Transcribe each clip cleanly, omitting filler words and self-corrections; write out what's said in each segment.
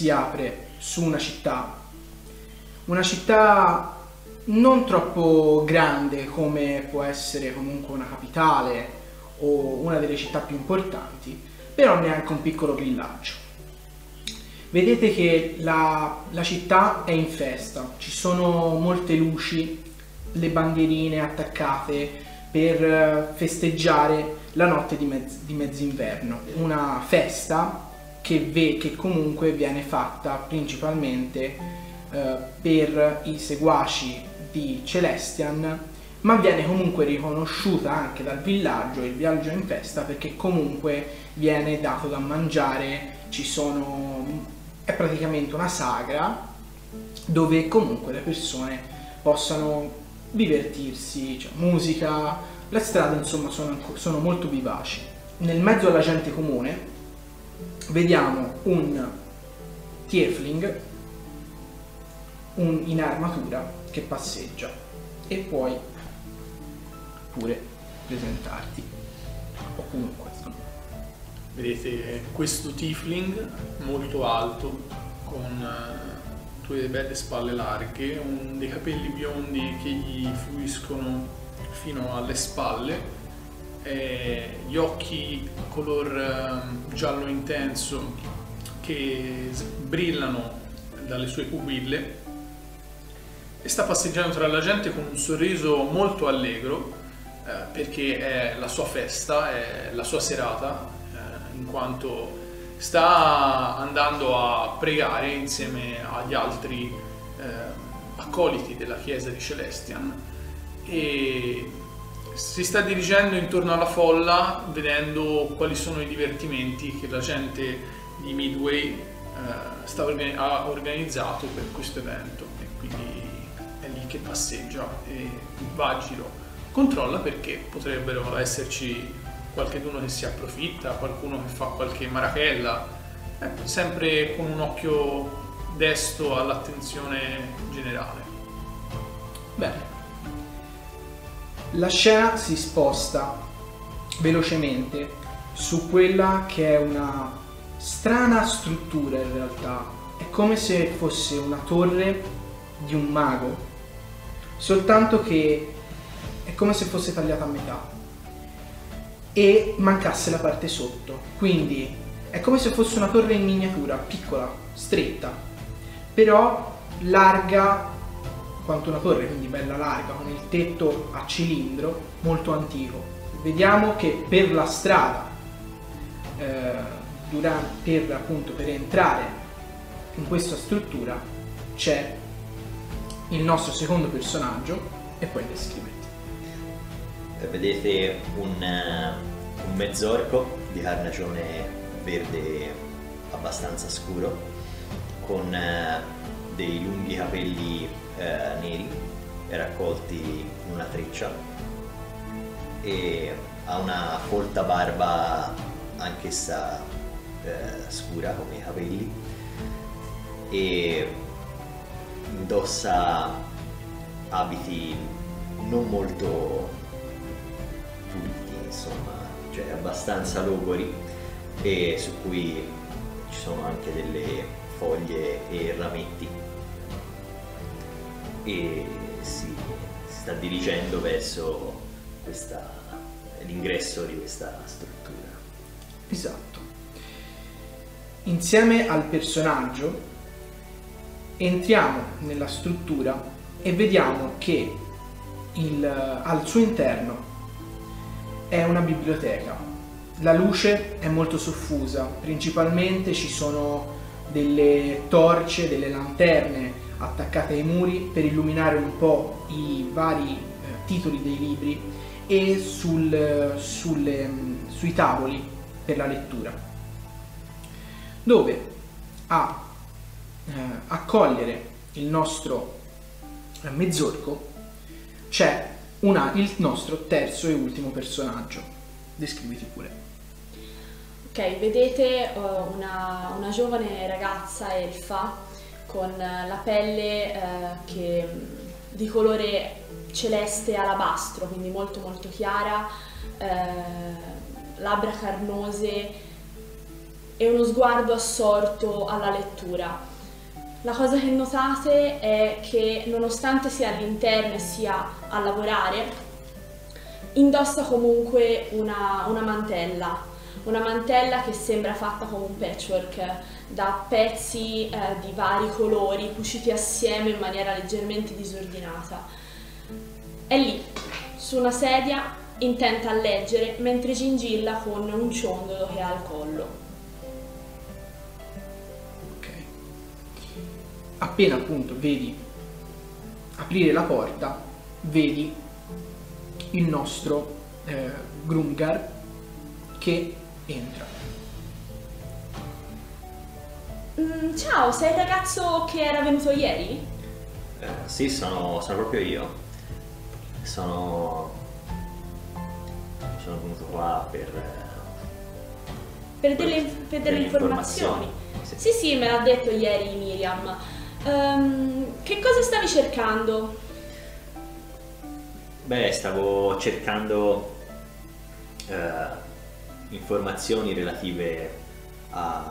si apre su una città non troppo grande come può essere comunque una capitale o una delle città più importanti, però neanche un piccolo villaggio. Vedete che la città è in festa, ci sono molte luci, le bandierine attaccate per festeggiare la notte di mezzinverno, una festa che comunque viene fatta principalmente per i seguaci di Celestian, ma viene comunque riconosciuta anche dal villaggio, il villaggio è in festa perché comunque viene dato da mangiare, è praticamente una sagra dove comunque le persone possano divertirsi, c'è musica, le strade insomma sono molto vivaci. Nel mezzo alla gente comune vediamo un tiefling in armatura che passeggia e puoi pure presentarti o comunque insomma. Vedete questo tiefling molto alto con due belle spalle larghe, dei capelli biondi che gli fluiscono fino alle spalle, gli occhi color giallo intenso che brillano dalle sue pupille e sta passeggiando tra la gente con un sorriso molto allegro perché è la sua festa, è la sua serata, in quanto sta andando a pregare insieme agli altri accoliti della chiesa di Celestian e si sta dirigendo intorno alla folla vedendo quali sono i divertimenti che la gente di Midway ha organizzato per questo evento, e quindi è lì che passeggia e va a giro, controlla perché potrebbero esserci qualcuno che si approfitta, qualcuno che fa qualche marachella, sempre con un occhio desto all'attenzione generale. Bene, la scena si sposta velocemente su quella che è una strana struttura in realtà, è come se fosse una torre di un mago, soltanto che è come se fosse tagliata a metà e mancasse la parte sotto, quindi è come se fosse una torre in miniatura, piccola, stretta, però larga quanto una torre, quindi bella larga, con il tetto a cilindro, molto antico. Vediamo che per la strada, per entrare in questa struttura, c'è il nostro secondo personaggio e poi descrivete. Vedete un mezzorco di carnagione verde abbastanza scuro con dei lunghi capelli neri raccolti in una treccia e ha una folta barba anch'essa scura come i capelli e indossa abiti non molto puliti, insomma, cioè abbastanza logori, e su cui ci sono anche delle foglie e rametti, e si sta dirigendo verso l'ingresso di questa struttura. Esatto. Insieme al personaggio entriamo nella struttura e vediamo che al suo interno è una biblioteca. La luce è molto soffusa, principalmente ci sono delle torce, delle lanterne attaccate ai muri per illuminare un po' i vari titoli dei libri e sui tavoli per la lettura, dove a accogliere il nostro mezzorco c'è il nostro terzo e ultimo personaggio. Descriviti pure. Ok, vedete una giovane ragazza elfa con la pelle di colore celeste alabastro, quindi molto molto chiara, labbra carnose, e uno sguardo assorto alla lettura. La cosa che notate è che nonostante sia all'interno e sia a lavorare, indossa comunque una mantella che sembra fatta come un patchwork, da pezzi di vari colori cuciti assieme in maniera leggermente disordinata. È lì, su una sedia, intenta a leggere mentre gingilla con un ciondolo che ha al collo. Ok. Appena appunto vedi aprire la porta, vedi il nostro Grungar che entra. Ciao, sei il ragazzo che era venuto ieri? Sì, sono proprio io. Sono venuto qua per delle informazioni. Sì. Sì, me l'ha detto ieri Miriam. Che cosa stavi cercando? Beh, stavo cercando informazioni relative a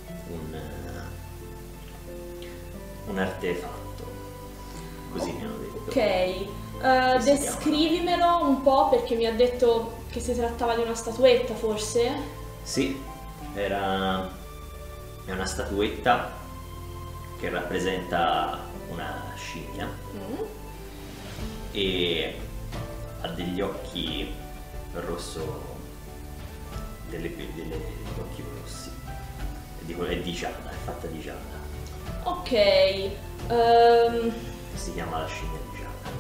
un artefatto, così mi hanno detto. Ok, descrivimelo un po', perché mi ha detto che si trattava di una statuetta, forse? Sì, è una statuetta che rappresenta una scimmia e ha degli occhi degli occhi rossi. È di giada, è fatta di giada. Ok, Si chiama la scimmia di giada.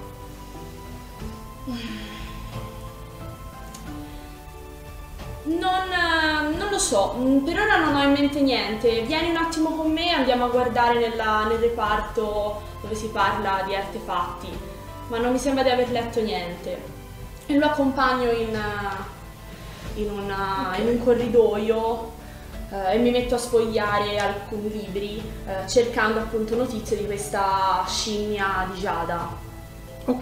non lo so, per ora non ho in mente niente. Vieni un attimo con me, andiamo a guardare nel reparto dove si parla di artefatti, ma non mi sembra di aver letto niente. E lo accompagno in un corridoio e mi metto a sfogliare alcuni libri cercando appunto notizie di questa scimmia di giada. Ok.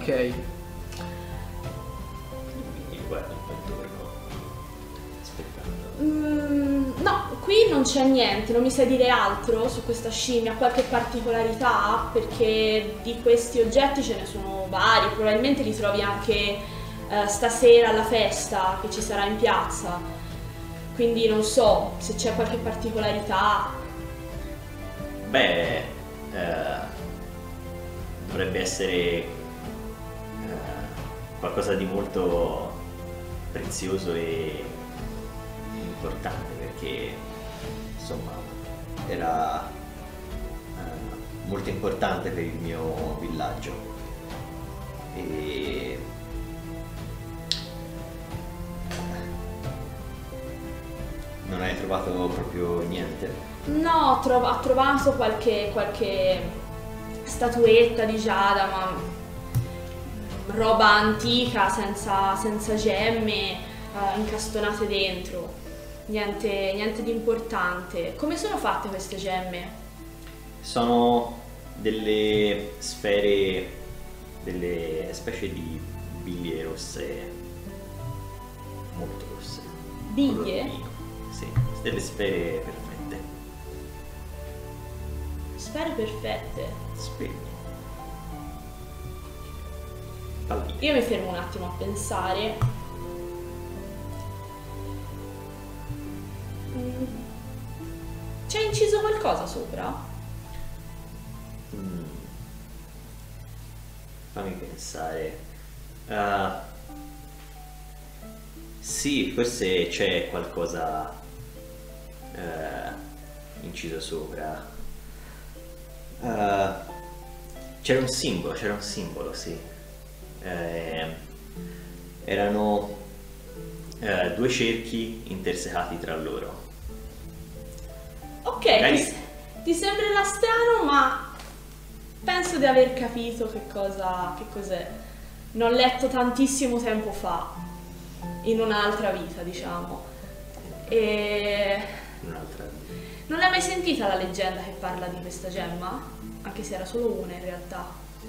Quindi guardo un po' intorno, aspettando. No, qui non c'è niente, non mi sai dire altro su questa scimmia, qualche particolarità? Perché di questi oggetti ce ne sono vari, probabilmente li trovi anche stasera alla festa che ci sarà in piazza. Quindi non so se c'è qualche particolarità. Beh, dovrebbe essere qualcosa di molto prezioso e importante, perché insomma era molto importante per il mio villaggio e non hai trovato proprio niente? No, ha trovato qualche statuetta di giada, ma roba antica, senza gemme incastonate dentro. Niente di importante. Come sono fatte queste gemme? Sono delle sfere, delle specie di biglie rosse, molto rosse. Biglie? Color vino. Sì, delle sfere perfette. Sfere perfette. Spegni. Palline. Io mi fermo un attimo a pensare. C'è inciso qualcosa sopra? Fammi pensare. Sì, forse c'è qualcosa inciso sopra. C'era un simbolo, sì. Erano due cerchi intersecati tra loro. Ok, Magari- ti sembrerà strano, ma penso di aver capito che cos'è. L'ho letto tantissimo tempo fa, in un'altra vita, diciamo. E Un'altra. non l'hai mai sentita la leggenda che parla di questa gemma? Anche se era solo una in realtà.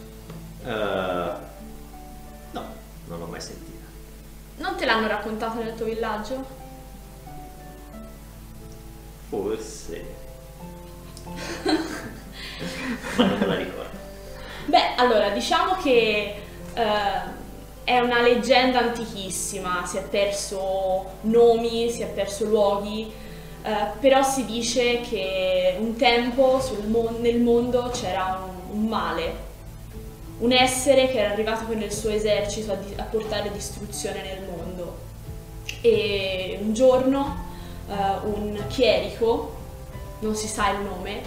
No, non l'ho mai sentita. Non te l'hanno raccontato nel tuo villaggio? Forse. Ma non me la ricordo. Beh, allora, diciamo che è una leggenda antichissima, si è perso nomi, si è perso luoghi, però si dice che un tempo nel mondo c'era un male, un essere che era arrivato con il suo esercito a portare distruzione nel mondo. E un giorno un chierico, non si sa il nome,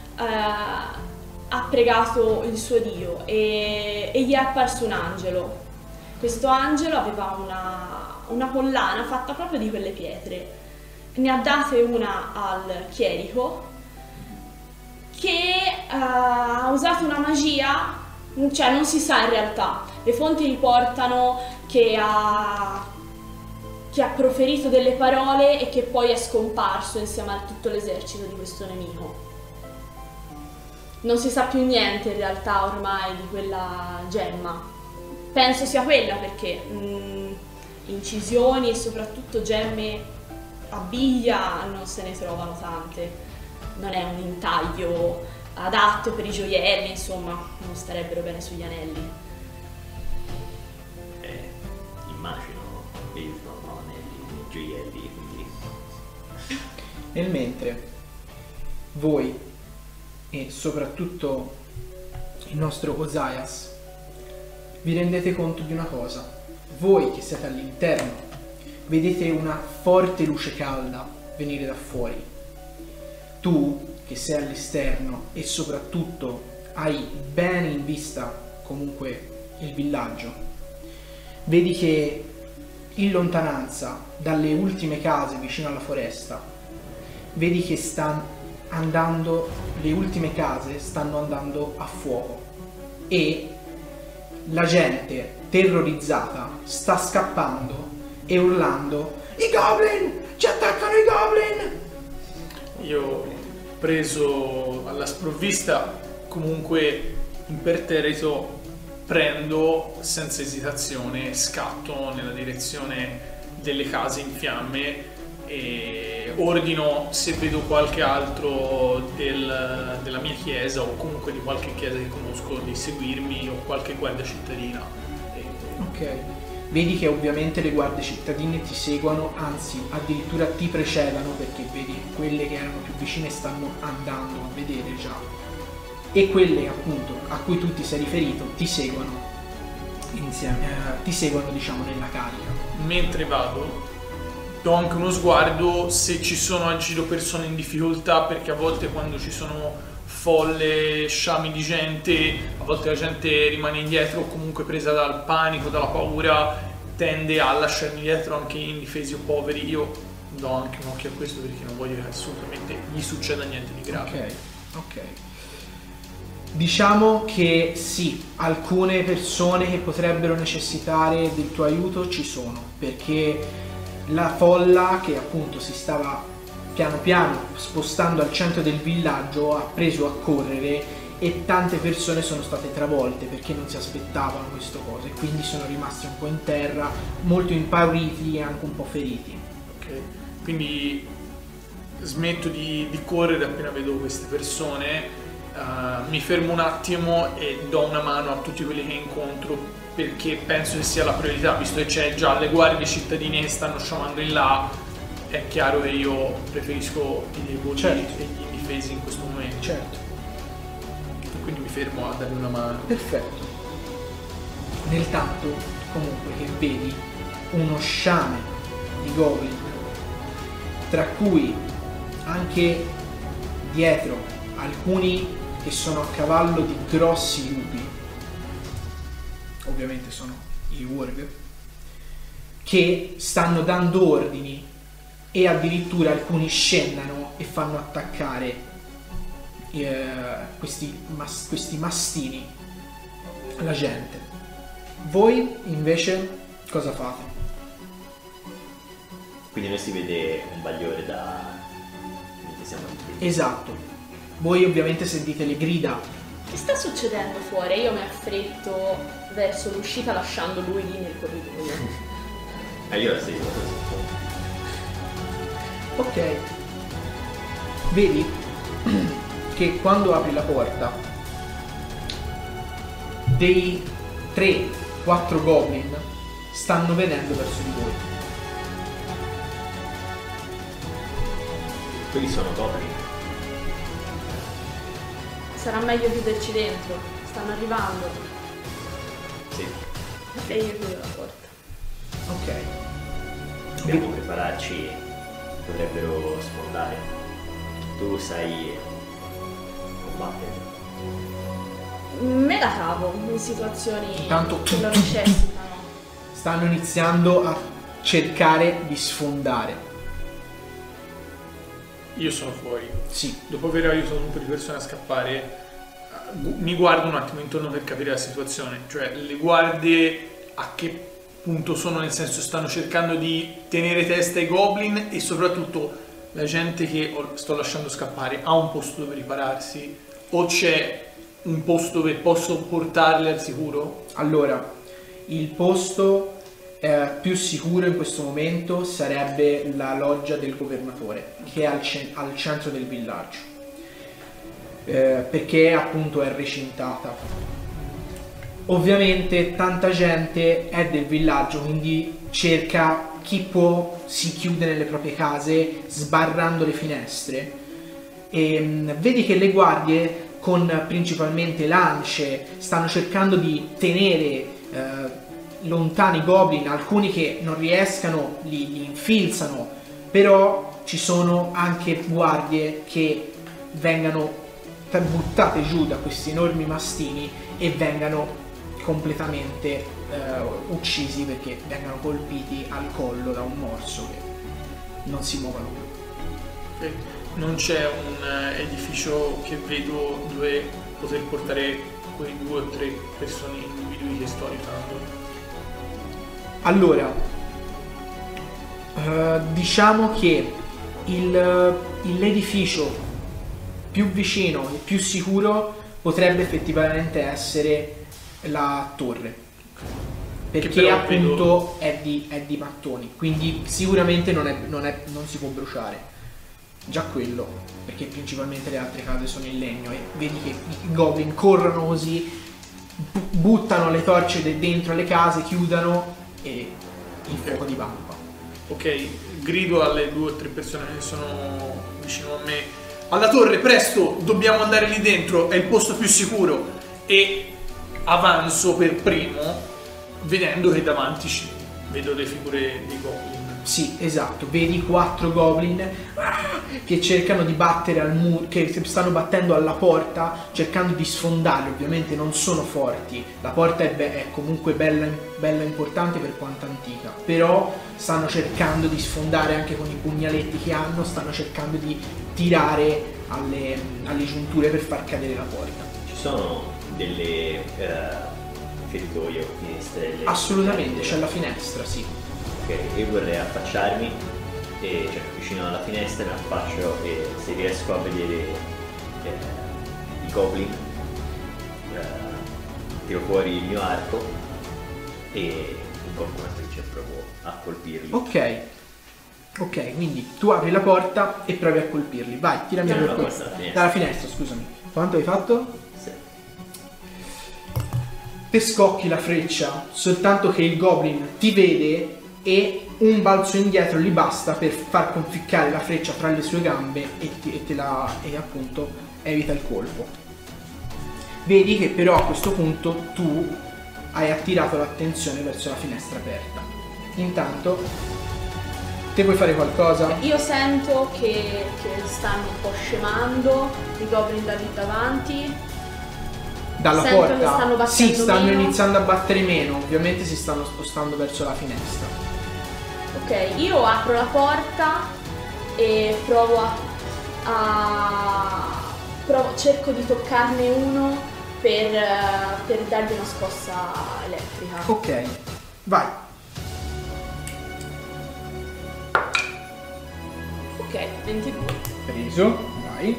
ha pregato il suo dio e gli è apparso un angelo. Questo angelo aveva una collana fatta proprio di quelle pietre. Ne ha date una al chierico che ha usato una magia, cioè non si sa in realtà. Le fonti riportano che ha proferito delle parole e che poi è scomparso insieme a tutto l'esercito di questo nemico. Non si sa più niente in realtà ormai di quella gemma. Penso sia quella perché incisioni e soprattutto gemme a biglia non se ne trovano tante. Non è un intaglio adatto per i gioielli, insomma, non starebbero bene sugli anelli. Immagino che aiutano anelli, gioielli, quindi... Nel mentre voi e soprattutto il nostro Ozias vi rendete conto di una cosa. Voi che siete all'interno vedete una forte luce calda venire da fuori. Tu che sei all'esterno e soprattutto hai bene in vista comunque il villaggio, vedi che in lontananza dalle ultime case vicino alla foresta vedi che le ultime case stanno andando a fuoco e la gente terrorizzata sta scappando e urlando: i goblin! Ci attaccano i goblin! Io, preso alla sprovvista, comunque imperterrito, prendo senza esitazione, scatto nella direzione delle case in fiamme e ordino, se vedo qualche altro della mia chiesa o comunque di qualche chiesa che conosco, di seguirmi, o qualche guardia cittadina. Ok, vedi che ovviamente le guardie cittadine ti seguono, anzi addirittura ti precedano, perché vedi quelle che erano più vicine stanno andando a vedere già, e quelle appunto a cui tu ti sei riferito ti seguono insieme, ti seguono diciamo nella carica. Mentre vado, do anche uno sguardo se ci sono a giro persone in difficoltà, perché a volte quando ci sono folle, sciami di gente, a volte la gente rimane indietro o comunque presa dal panico, dalla paura, tende a lasciarmi dietro anche indifesi o poveri. Io do anche un occhio a questo perché non voglio che assolutamente gli succeda niente di grave. Ok. Diciamo che sì, alcune persone che potrebbero necessitare del tuo aiuto ci sono, perché la folla che appunto si stava piano piano spostando al centro del villaggio ha preso a correre e tante persone sono state travolte perché non si aspettavano queste cose, quindi sono rimasti un po' in terra, molto impauriti e anche un po' feriti. Ok, quindi smetto di correre appena vedo queste persone, mi fermo un attimo e do una mano a tutti quelli che incontro, perché penso che sia la priorità, visto che c'è già le guardie cittadine che stanno sciamando in là. È chiaro che io preferisco i deboli e gli indifesi in questo momento. Certo. Quindi mi fermo a dargli una mano. Perfetto. Nel tanto, comunque, che vedi uno sciame di goblin, tra cui anche dietro alcuni che sono a cavallo di grossi lupi, ovviamente sono i Warg, che stanno dando ordini e addirittura alcuni scendano e fanno attaccare questi mastini alla gente. Voi invece cosa fate? Quindi noi si vede un bagliore da... mentre siamo lì. Esatto. Voi ovviamente sentite le grida. Che sta succedendo fuori? Io mi affretto verso l'uscita lasciando lui lì nel corridoio. Io la seguo così. Ok. Vedi che quando apri la porta dei 3-4 goblin stanno venendo verso di voi. Quelli sono goblin. Sarà meglio chiuderci dentro. Stanno arrivando. Sì. E io chiudo la porta. Ok. Dobbiamo prepararci, potrebbero sfondare. Tu sai combattere. Me la cavo in situazioni Intanto che lo necessitano. stanno iniziando a cercare di sfondare. Io sono fuori. Sì. Dopo aver aiutato un po' di persone a scappare, mi guardo un attimo intorno per capire la situazione. Cioè, le guardie a che punto sono, nel senso stanno cercando di tenere testa ai goblin, e soprattutto la gente che sto lasciando scappare ha un posto dove ripararsi, o c'è un posto dove posso portarle al sicuro? Allora, il posto più sicuro in questo momento sarebbe la loggia del governatore, che è al centro del villaggio, perché appunto è recintata. Ovviamente tanta gente è del villaggio, quindi cerca chi può, si chiude nelle proprie case sbarrando le finestre, e vedi che le guardie con principalmente lance stanno cercando di tenere lontani i goblin. Alcuni che non riescano li infilzano, però ci sono anche guardie che vengano buttate giù da questi enormi mastini e vengano completamente uccisi, perché vengono colpiti al collo da un morso che non si muovono più. Ok. Non c'è un edificio che vedo dove poter portare quei 2 o 3 persone, individui che sto aiutando? Allora, diciamo che l'edificio più vicino e più sicuro potrebbe effettivamente essere la torre, perché appunto è di mattoni, quindi sicuramente non si può bruciare. Già quello, perché principalmente le altre case sono in legno, e vedi che i goblin corrono così, buttano le torce dentro le case, chiudano e il fuoco divampa. Ok, grido alle 2 o 3 persone che sono vicino a me: alla torre, presto, dobbiamo andare lì dentro, è il posto più sicuro. E avanzo per primo, vedendo che davanti vedo le figure dei goblin. Sì, esatto, vedi 4 goblin che cercano di battere al muro, che stanno battendo alla porta, cercando di sfondarli. Ovviamente non sono forti, la porta è comunque bella importante per quanto antica, però stanno cercando di sfondare anche con i pugnaletti che hanno, stanno cercando di tirare alle giunture per far cadere la porta. Ci sono delle feritoie o finestrelle? Assolutamente, c'è la finestra, sì. Ok, io vorrei affacciarmi, e cioè vicino alla finestra mi affaccio, e se riesco a vedere i goblin tiro fuori il mio arco e incorpo una freccia e provo a colpirli. Ok, quindi tu apri la porta e provi a colpirli. Vai, tirami Dalla per finestra. dalla finestra, scusami. Quanto hai fatto? Sì. Te scocchi la freccia, soltanto che il goblin ti vede e un balzo indietro gli basta per far conficcare la freccia tra le sue gambe e appunto evita il colpo. Vedi che però a questo punto tu hai attirato l'attenzione verso la finestra aperta. Intanto te puoi fare qualcosa? Io sento che stanno un po' scemando i goblin da lì davanti. Dalla Sento porta? che stanno battendo Sì, stanno meno. iniziando a battere meno, ovviamente si stanno spostando verso la finestra. Ok, io apro la porta e cerco di toccarne uno per dargli una scossa elettrica. Ok, vai. Ok, 22. Preso, vai.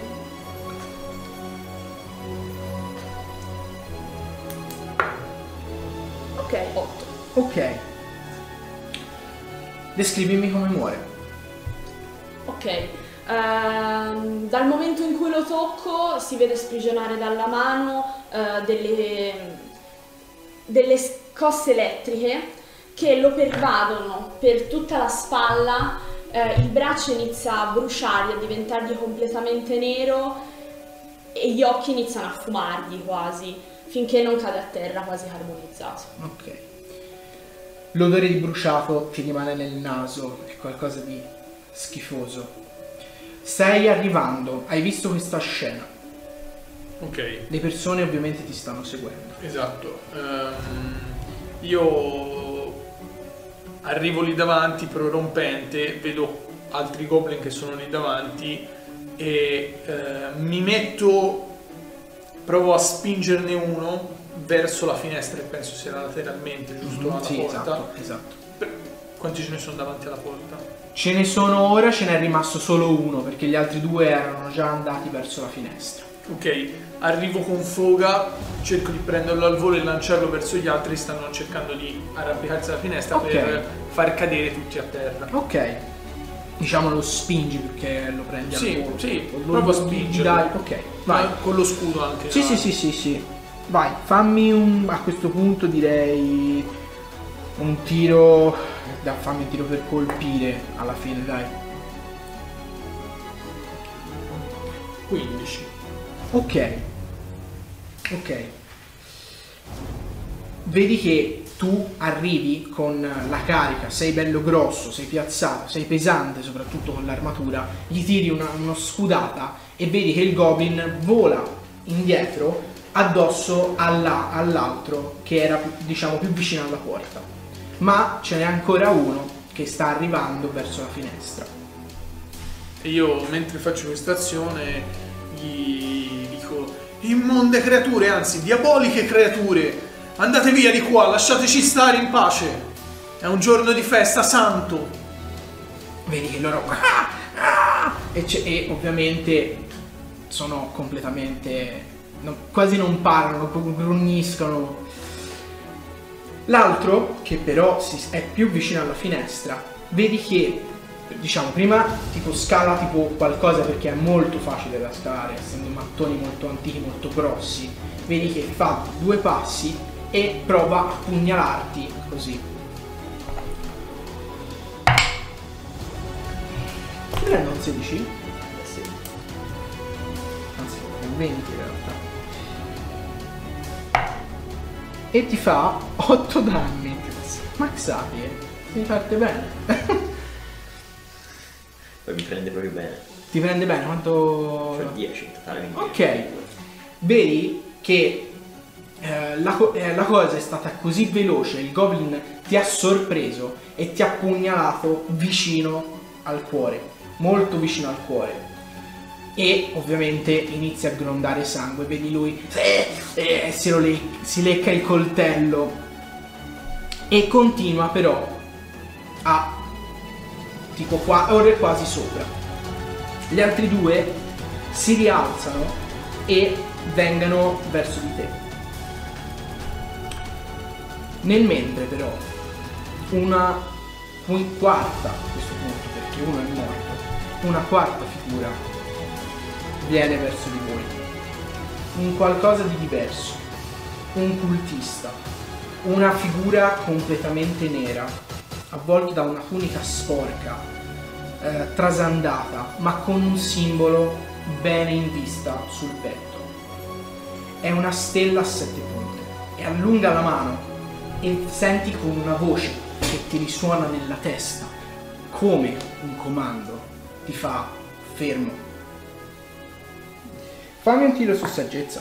Ok, 8. Ok. Descrivimi come muore. Ok, Dal momento in cui lo tocco si vede sprigionare dalla mano delle scosse elettriche che lo pervadono per tutta la spalla, il braccio inizia a bruciargli, a diventargli completamente nero e gli occhi iniziano a fumargli quasi, finché non cade a terra quasi carbonizzato. Ok. L'odore di bruciato ti rimane nel naso, è qualcosa di schifoso. Stai arrivando, hai visto questa scena. Ok. Le persone ovviamente ti stanno seguendo. Esatto. Io arrivo lì davanti prorompente, vedo altri goblin che sono lì davanti e mi metto, provo a spingerne uno verso la finestra, e penso sia lateralmente, giusto alla Sì, porta. esatto. Quanti ce ne sono davanti alla porta? Ce ne sono ora, ce n'è rimasto solo uno perché gli altri due erano già andati verso la finestra. Ok, arrivo con foga, cerco di prenderlo al volo e lanciarlo verso gli altri, stanno cercando di arrampicarsi alla finestra per far cadere tutti a terra. Ok. Diciamo lo spingi perché lo prendi al volo. Sì, Lo provo a spingi, spingerlo. dai, ok. Vai. Con lo scudo anche. Sì, no? sì. Vai, fammi a questo punto direi un tiro. Fammi un tiro per colpire alla fine, dai. 15. Ok. Vedi che tu arrivi con la carica, sei bello grosso, sei piazzato, sei pesante soprattutto con l'armatura, gli tiri uno scudata e vedi che il goblin vola indietro addosso all'altro che era diciamo più vicino alla porta. Ma ce n'è ancora uno che sta arrivando verso la finestra. E io mentre faccio questa azione gli dico: immonde creature, anzi diaboliche creature, andate via di qua, lasciateci stare in pace. È un giorno di festa santo. Vedi che loro e ovviamente sono completamente quasi non parlano, grugniscono. L'altro, che però è più vicino alla finestra, vedi che diciamo prima tipo scala tipo qualcosa perché è molto facile da scalare, essendo mattoni molto antichi, molto grossi. Vedi che fa 2 passi e prova a pugnalarti così. Prendo un 16? Sì. Anzi, un 20 in realtà. E ti fa 8 danni. Maxati, si parte bene. Poi mi prende proprio bene. Ti prende bene? Quanto? Cioè 10 in totale. Ok. Vedi che la cosa è stata così veloce, il goblin ti ha sorpreso e ti ha pugnalato vicino al cuore, molto vicino al cuore. E ovviamente inizia a grondare sangue, vedi lui si lecca il coltello e continua però a tipo qua, ora è quasi sopra. Gli altri due si rialzano e vengono verso di te. Nel mentre però una quarta a questo punto, perché uno è morto, una quarta figura viene verso di voi. Un qualcosa di diverso, un cultista, una figura completamente nera, avvolto da una tunica sporca, trasandata, ma con un simbolo bene in vista sul petto. È una stella a 7 punte e allunga la mano e senti con una voce che ti risuona nella testa come un comando, ti fa fermo. Fammi un tiro su saggezza.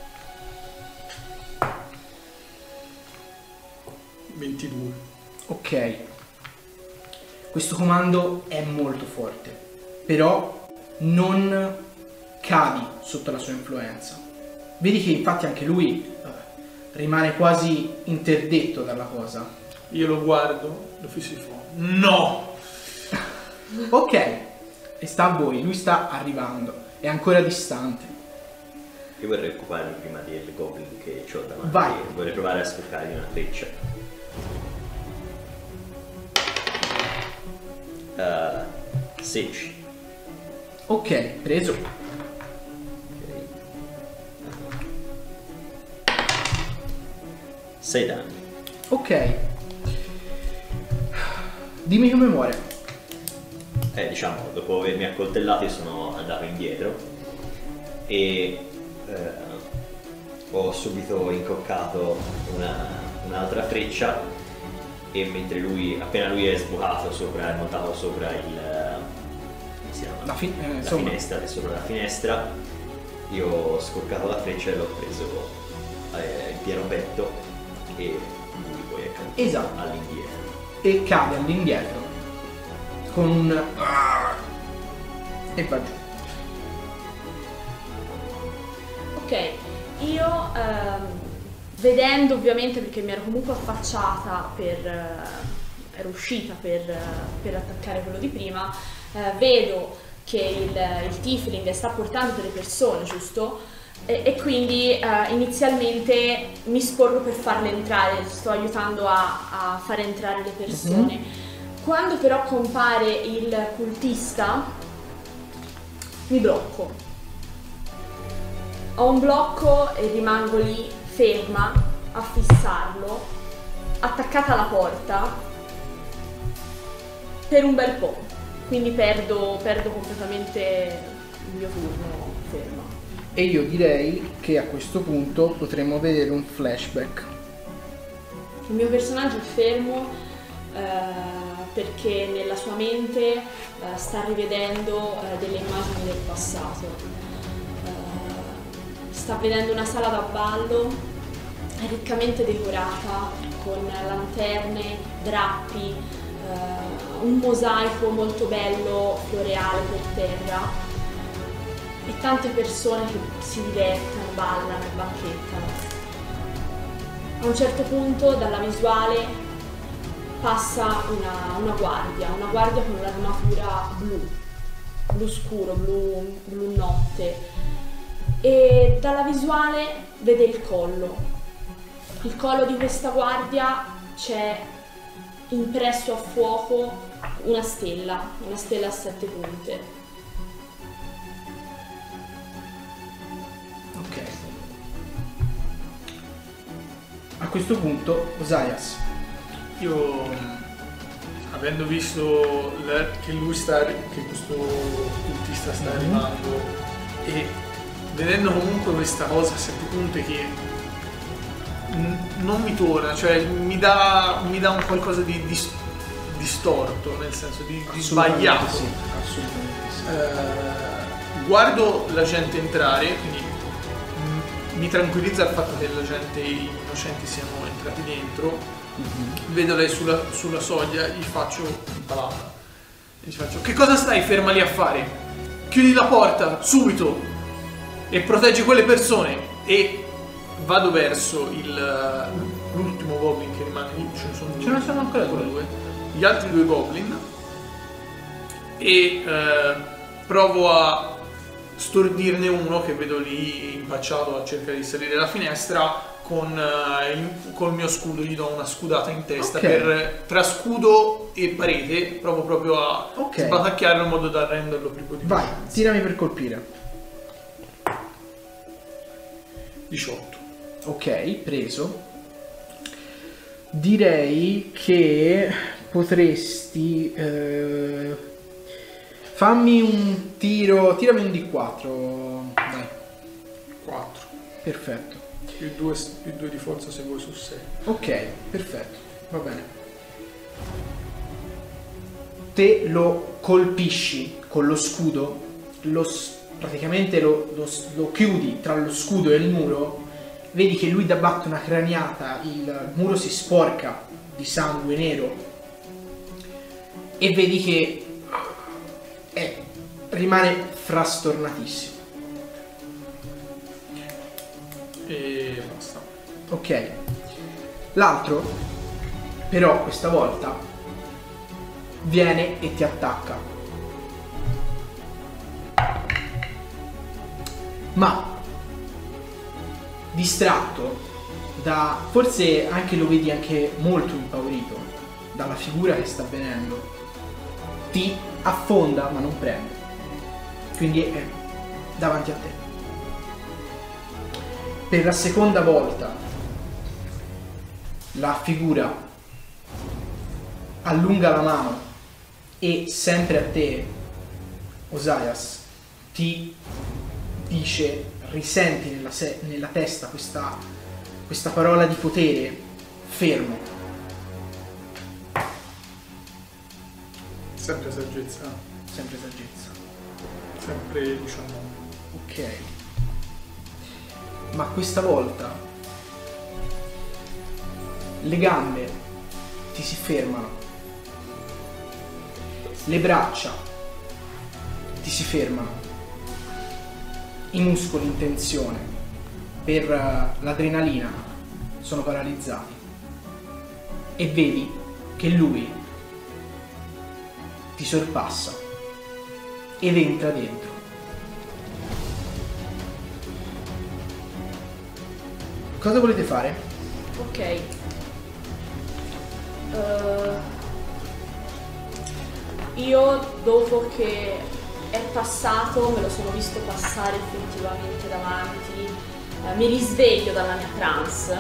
22. Ok. Questo comando è molto forte, però non cadi sotto la sua influenza. Vedi che infatti anche lui rimane quasi interdetto dalla cosa. Io lo guardo, lo fisso di fuoco. No! Ok, e sta a voi, lui sta arrivando, è ancora distante. Io vorrei occuparmi prima del goblin che ho davanti. Vai. Vorrei provare a spaccargli una freccia. 16. Ok, preso. Ok. 6 danni. Ok. Dimmi come muore. Diciamo, dopo avermi accoltellato sono andato indietro e ho subito incoccato un'altra freccia, e mentre appena lui è sbucato sopra, è montato sopra come si chiama? La Finestra, è sopra la finestra, io ho scoccato la freccia e l'ho preso in pieno petto, e lui poi è caduto Esatto. all'indietro. E cade all'indietro con un e va giù. Ok, io vedendo ovviamente, perché mi ero comunque affacciata ero uscita per attaccare quello di prima, vedo che il tiefling sta portando delle persone, giusto? E quindi inizialmente mi sporgo per farle entrare, sto aiutando a far entrare le persone. Quando però compare il cultista, mi blocco. Ho un blocco e rimango lì ferma a fissarlo, attaccata alla porta per un bel po'. Quindi perdo completamente il mio turno ferma. E io direi che a questo punto potremmo vedere un flashback. Il mio personaggio è fermo perché nella sua mente sta rivedendo delle immagini del passato. Sta vedendo una sala da ballo riccamente decorata con lanterne, drappi, un mosaico molto bello, floreale per terra, e tante persone che si divertono, ballano e banchettano. A un certo punto dalla visuale passa una guardia con un'armatura blu scuro, blu notte, e dalla visuale vede il collo di questa guardia. C'è impresso a fuoco una stella a 7 punte. Ok. A questo punto, Osias. Io, avendo visto che questo cultista sta arrivando, e vedendo comunque questa cosa a 7 punte che non mi torna, cioè mi dà un qualcosa di distorto, nel senso di sbagliato. Sì, assolutamente sì. Guardo la gente entrare, quindi mi tranquillizza il fatto che la gente, i innocenti, siano entrati dentro. Vedo lei sulla soglia, gli faccio in palata, gli faccio: che cosa stai ferma lì a fare? Chiudi la porta subito e proteggi quelle persone. E vado verso l'ultimo goblin che rimane lì. Ce ne sono ancora due. Gli altri 2 goblin, e provo a stordirne uno che vedo lì impacciato a cercare di salire la finestra. Col mio scudo gli do una scudata in testa, tra scudo e parete, provo proprio a sbatacchiarlo in modo da renderlo più difficile. Vai, tirami per colpire. 18. Ok, preso. Direi che potresti fammi un tiro, tirami un D4. Dai. 4. Perfetto. Più 2 di forza se vuoi su 6. Ok, perfetto, va bene. Te lo colpisci con lo scudo, praticamente lo chiudi tra lo scudo e il muro, vedi che lui dà batte una craniata, il muro si sporca di sangue nero e vedi che rimane frastornatissimo. E basta. Ok. L'altro, però, questa volta viene e ti attacca. Ma distratto da, forse anche lo vedi anche molto impaurito dalla figura che sta venendo, ti affonda ma non prende. quindi è davanti a te. Per la seconda volta la figura allunga la mano e sempre a te, Osias, ti dice, risenti nella testa questa parola di potere: fermo. Sempre saggezza. Sempre saggezza. Sempre 19. Ok. Ma questa volta le gambe ti si fermano, le braccia ti si fermano, i muscoli in tensione per l'adrenalina sono paralizzati e vedi che lui ti sorpassa ed entra dentro. Cosa volete fare? Ok. Io dopo che è passato, me lo sono visto passare effettivamente davanti, mi risveglio dalla mia trance.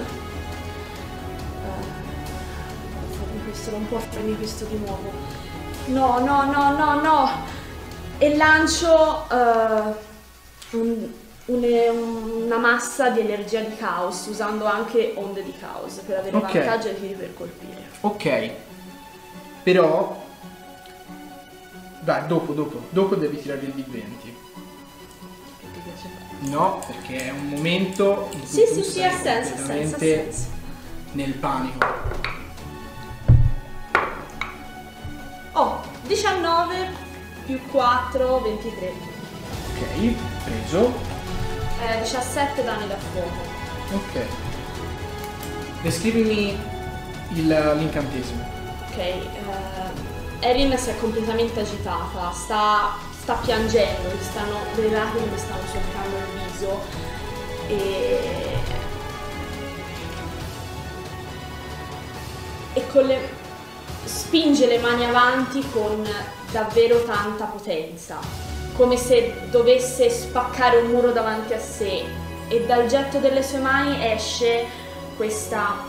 Non può farmi questo di nuovo. No. E lancio una massa di energia di caos, usando anche onde di caos per avere vantaggio ai tiri per colpire. Ok, però dai, dopo devi tirare il D20. Che ti piace fare? No, perché è un momento in cui tu Sì, sei ha senso. completamente nel panico. 19 più 4, 23. Ok, preso. 17 danni da fuoco. Ok. Descrivimi l'incantesimo. Ok, Erin si è completamente agitata, sta piangendo, le lacrime le stanno solcando il viso e spinge le mani avanti con davvero tanta potenza, come se dovesse spaccare un muro davanti a sé, e dal getto delle sue mani esce questa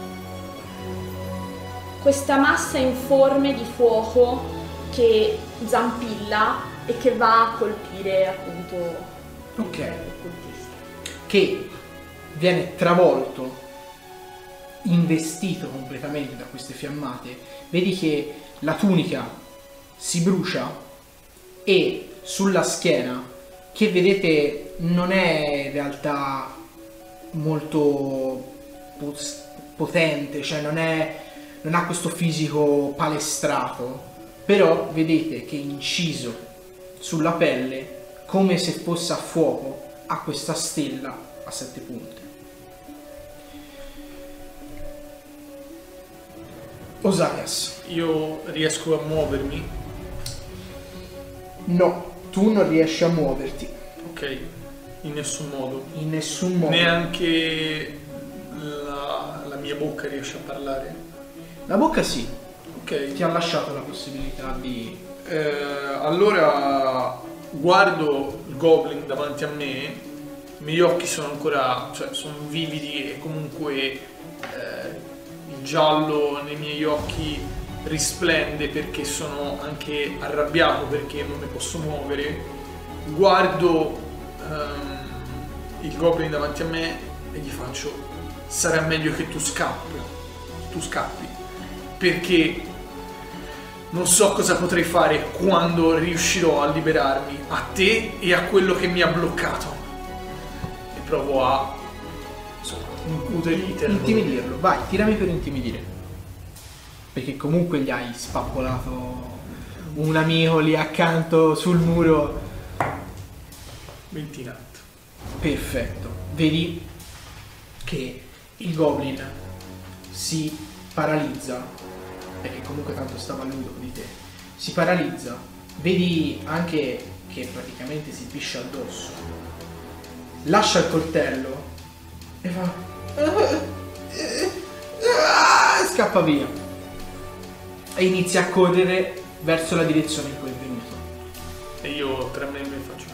massa informe di fuoco che zampilla e che va a colpire appunto il cultista. Che viene travolto, investito completamente da queste fiammate. Vedi che la tunica si brucia e sulla schiena, che vedete non è in realtà molto potente, cioè non ha questo fisico palestrato, però vedete che inciso sulla pelle, come se fosse a fuoco, ha questa stella a 7 punte. Osias. Io riesco a muovermi? No, tu non riesci a muoverti. Ok, in nessun modo. In nessun modo. Neanche la mia bocca riesce a parlare? La bocca sì. Ok. Ti ha lasciato la possibilità di... Allora guardo il goblin davanti a me, i miei occhi sono ancora, cioè sono vividi e comunque il giallo nei miei occhi risplende perché sono anche arrabbiato perché non mi posso muovere. Guardo il goblin davanti a me e gli faccio: sarà meglio che tu scappi, perché non so cosa potrei fare quando riuscirò a liberarmi, a te e a quello che mi ha bloccato. E provo a intimidirlo. Vai, tirami per intimidire. Perché comunque gli hai spappolato un amico lì accanto sul muro. 20 in alto. Perfetto. Vedi che il goblin si paralizza, perché comunque tanto stava lui dopo di te. Si paralizza. Vedi anche che praticamente si piscia addosso. Lascia il coltello e fa... scappa via e inizia a correre verso la direzione in cui è venuto. E io tremendo mi faccio: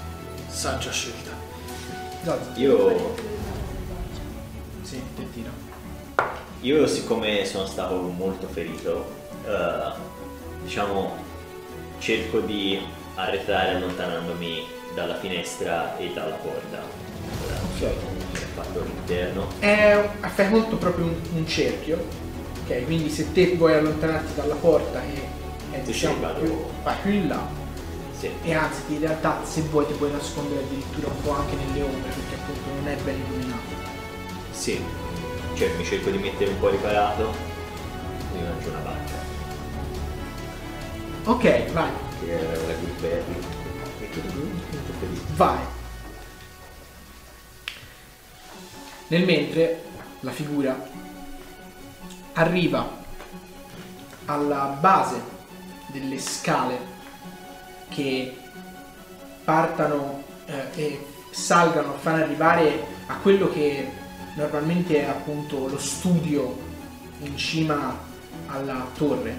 Saggia scelta. Zazza. Io, Sì, te tira. io siccome sono stato molto ferito, diciamo, cerco di arretrare allontanandomi dalla finestra e dalla porta. Ora non so Ok. come è fatto all'interno. Fai molto proprio un cerchio, ok? Quindi se te vuoi allontanarti dalla porta che è Sì, diciamo vado. vai più in là, Sì. e anzi in realtà se vuoi ti puoi nascondere addirittura un po' anche nelle ombre perché appunto non è ben illuminato. Sì. Cioè mi cerco di mettere un po' riparato, mi mangio una bacca. Ok, vai, Che è la Gulberry. E che molto felice. vai. Nel mentre la figura arriva alla base delle scale che partano e salgano, fanno arrivare a quello che normalmente è appunto lo studio in cima alla torre,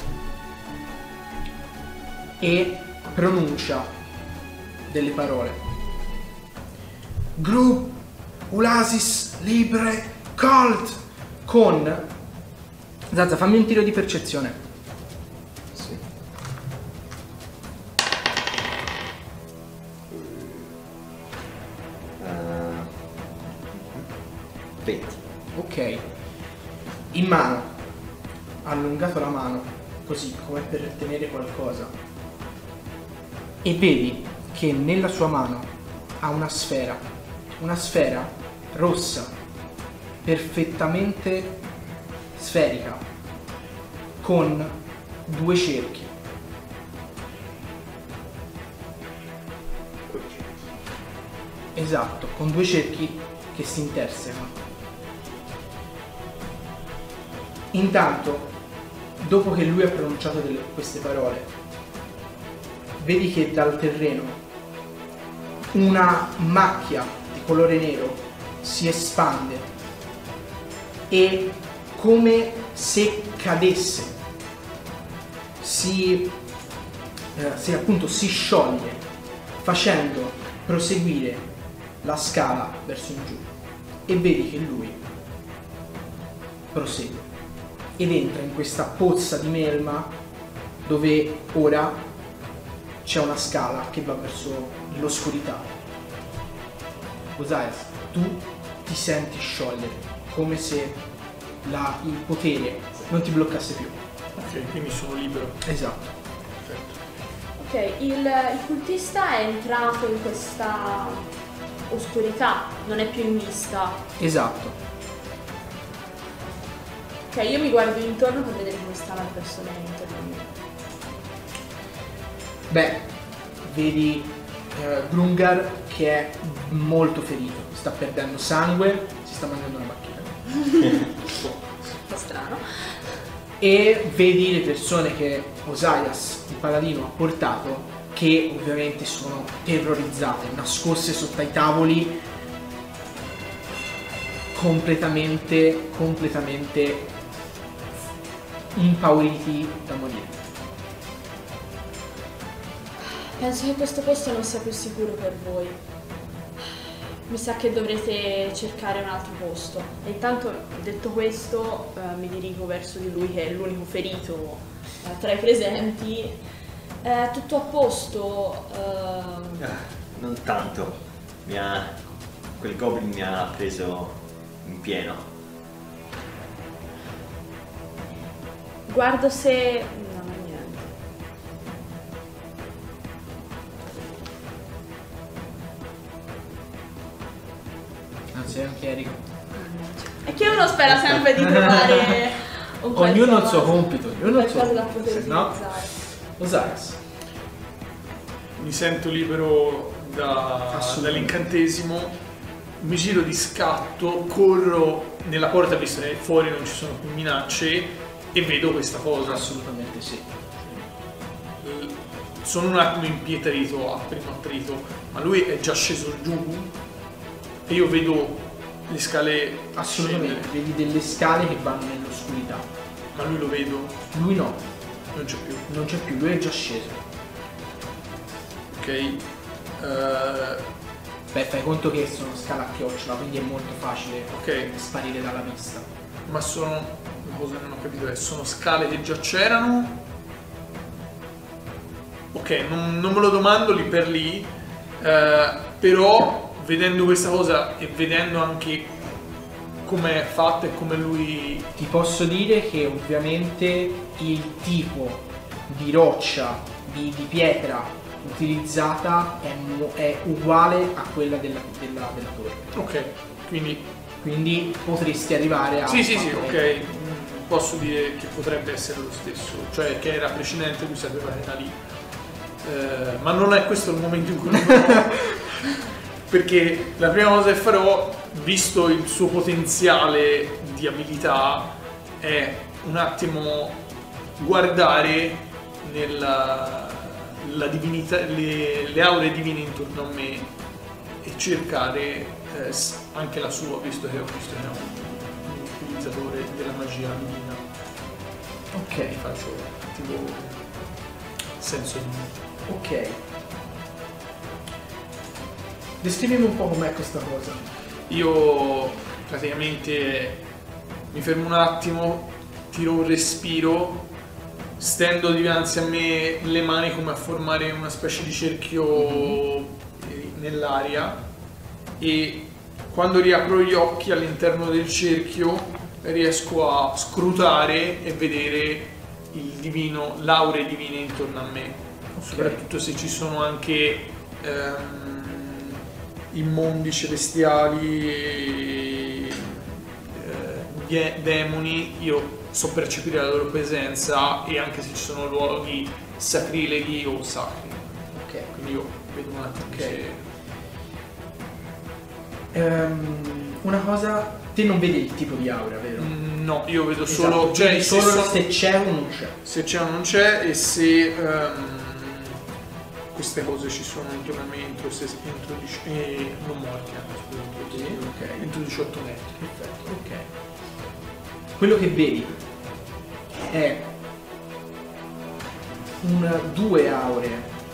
e pronuncia delle parole. Gru Ulasis Libre Colt con... Zazza, fammi un tiro di percezione. Sì. 20. Ok. In mano, ha allungato la mano, così come per tenere qualcosa. E vedi che nella sua mano ha una sfera rossa, perfettamente sferica, con due cerchi. Esatto, con due cerchi che si intersecano. Intanto, dopo che lui ha pronunciato queste parole, vedi che dal terreno una macchia di colore nero si espande e, come se cadesse, si appunto si scioglie, facendo proseguire la scala verso in giù, e vedi che lui prosegue ed entra in questa pozza di melma dove ora c'è una scala che va verso l'oscurità. Osias, tu ti senti sciogliere, come se il potere non ti bloccasse più. Ok, quindi sono libero. Esatto. Perfetto. Ok, il cultista è entrato in questa oscurità, non è più in vista. Esatto. Ok, io mi guardo intorno per vedere come stanno le persone intorno. Beh, vedi Grungar che è molto ferito, sta perdendo sangue, si sta mangiando una bacchetta. Un po' strano. E vedi le persone che Osias, il paladino, ha portato, che ovviamente sono terrorizzate, nascoste sotto ai tavoli, completamente impauriti da morire. Penso che questo posto non sia più sicuro per voi. Mi sa che dovrete cercare un altro posto. E intanto, detto questo, mi dirigo verso di lui, che è l'unico ferito tra i presenti. Tutto a posto? Non tanto. Quel goblin mi ha preso in pieno. Guardo se... no, niente. Anzi, anche Eric. È che uno spera sempre di trovare un Ognuno ha il qualcosa, suo compito, ognuno ha il suo qualcosa da compito. poter Se no, utilizzare. Osias. Mi sento libero Assolutamente. dall'incantesimo, mi giro di scatto, corro nella porta visto che fuori non ci sono più minacce e vedo questa cosa. Assolutamente sì. Sono un attimo impietrito a primo attrito, ma lui è già sceso giù e io vedo le scale Assolutamente, scendere. vedi delle scale che vanno nell'oscurità. Ma lui lo vedo, Lui no, non c'è più. non c'è più, lui è già sceso. Ok. Beh, fai conto che sono scala a chiocciola, quindi è molto facile Ok, sparire dalla pista. ma sono, una cosa che non ho capito è, sono scale che già c'erano? Ok, non me lo domando lì per lì, però vedendo questa cosa e vedendo anche come è fatta e come lui... Ti posso dire che ovviamente il tipo di roccia, di pietra utilizzata è uguale a quella della torre. Ok, Quindi potresti arrivare a... sì, ok, posso dire che potrebbe essere lo stesso, cioè che era precedente, lui sapeva che era lì. Ma non è questo il momento in cui lo farò, perché la prima cosa che farò, visto il suo potenziale di abilità, è un attimo guardare la divinità, le aure divine intorno a me e cercare anche la sua, visto che ho visto che è un utilizzatore della magia divina. Ok, Faccio tipo senso di... ok. Descrivimi un po' com'è questa cosa. Io praticamente mi fermo un attimo, tiro un respiro, stendo dinanzi a me le mani come a formare una specie di cerchio nell'aria, e quando riapro gli occhi all'interno del cerchio riesco a scrutare e vedere il divino, l'aure divine intorno a me, soprattutto se ci sono anche i mondi celestiali, demoni. Io so percepire la loro presenza, e anche se ci sono luoghi sacrileghi o sacri. Ok. Quindi io vedo un attimo Ok. se... Una cosa, te non vedi il tipo di aura, vero? No, io vedo Esatto, solo, cioè, vedi se solo sono- se c'è o non c'è. se c'è o non c'è, e se queste cose ci sono intorno a me entro, non morti anche, Sì, ok. entro 18 metri. Perfetto, ok. Quello che vedi è due aure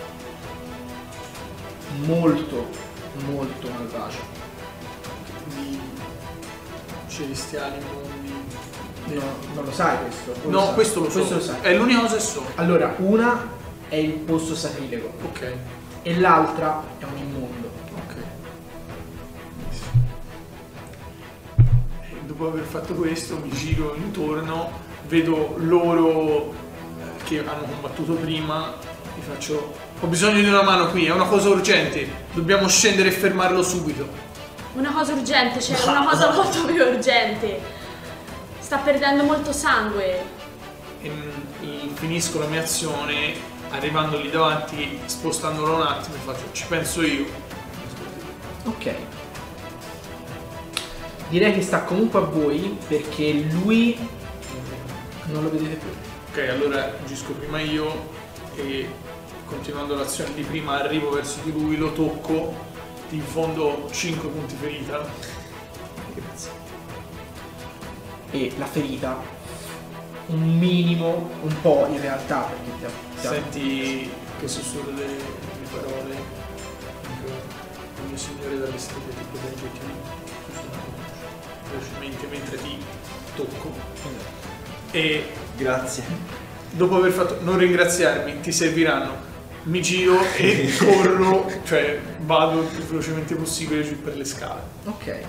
molto malvagie. Di celestiali, mondi. No, non lo sai questo? O No, sai? questo lo so. Questo lo sai. È l'unica cosa che so. Allora, una è il posto sacrilego Ok, e l'altra è un immondo. ok. E dopo aver fatto questo mi giro intorno, vedo loro che hanno combattuto prima, mi faccio: ho bisogno di una mano qui, è una cosa urgente, dobbiamo scendere e fermarlo subito. Una cosa urgente, c'è una cosa molto più urgente. Sta perdendo molto sangue. E finisco la mia azione, arrivando lì davanti, spostandolo un attimo, e faccio: ci penso io. Ok. Direi che sta comunque a voi perché lui non lo vedete più. Ok, allora agisco prima io e, continuando l'azione di prima, arrivo verso di lui, lo tocco, ti infondo 5 punti ferita. Grazie. E la ferita, un minimo, un po' in realtà, perché Senti che sussurro le parole: il mio signore dalle stelle ti protegge, ti velocemente mentre ti tocco. E Grazie. dopo aver fatto, non ringraziarmi, ti serviranno. Mi giro e corro, cioè vado il più velocemente possibile giù per le scale. Ok.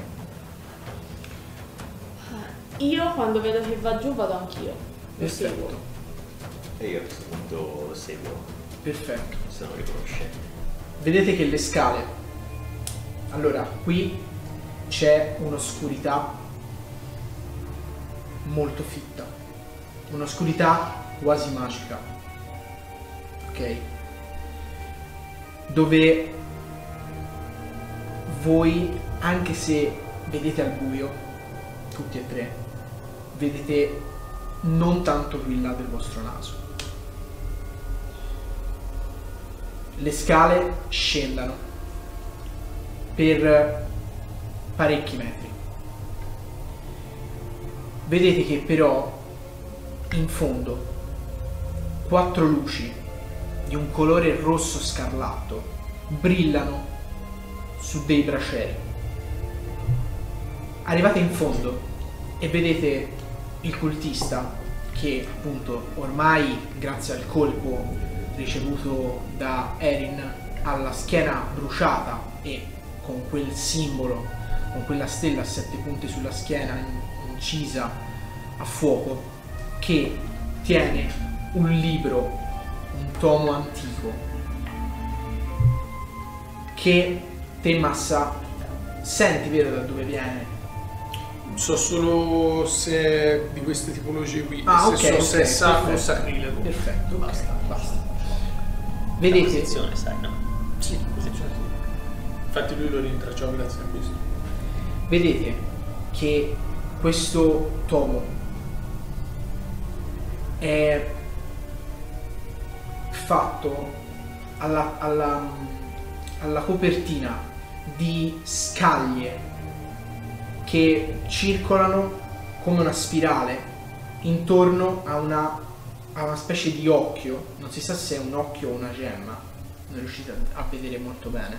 Io quando vedo che va giù vado anch'io. Lo Perfetto. seguo. E io a questo punto lo seguo, Perfetto. sono riconoscente. Vedete che le scale, allora qui c'è un'oscurità molto fitta, un'oscurità quasi magica, ok? Dove voi, anche se vedete al buio, tutti e tre, vedete non tanto più in là del vostro naso. Le scale scendono per parecchi metri. Vedete che però in fondo 4 luci di un colore rosso scarlatto brillano su dei bracieri. Arrivate in fondo e vedete il cultista che appunto ormai, grazie al colpo ricevuto da Erin, ha la schiena bruciata e con quel simbolo, con quella stella a 7 punti sulla schiena incisa a fuoco, che tiene un libro, un tomo antico, che te, Massa, senti, vero, da dove viene? So solo se è di queste tipologie qui, Ah, se ok, so se è sacro o perfetto. sacrilego. Perfetto, Basta. basta. La Vedete? posizione, sai, no? Sì, posizione sì. Infatti lui lo rintracciava grazie a questo. Vedete che questo tomo è fatto alla copertina di scaglie che circolano come una spirale intorno a una specie di occhio. Non si sa se è un occhio o una gemma, non riuscite a vedere molto bene.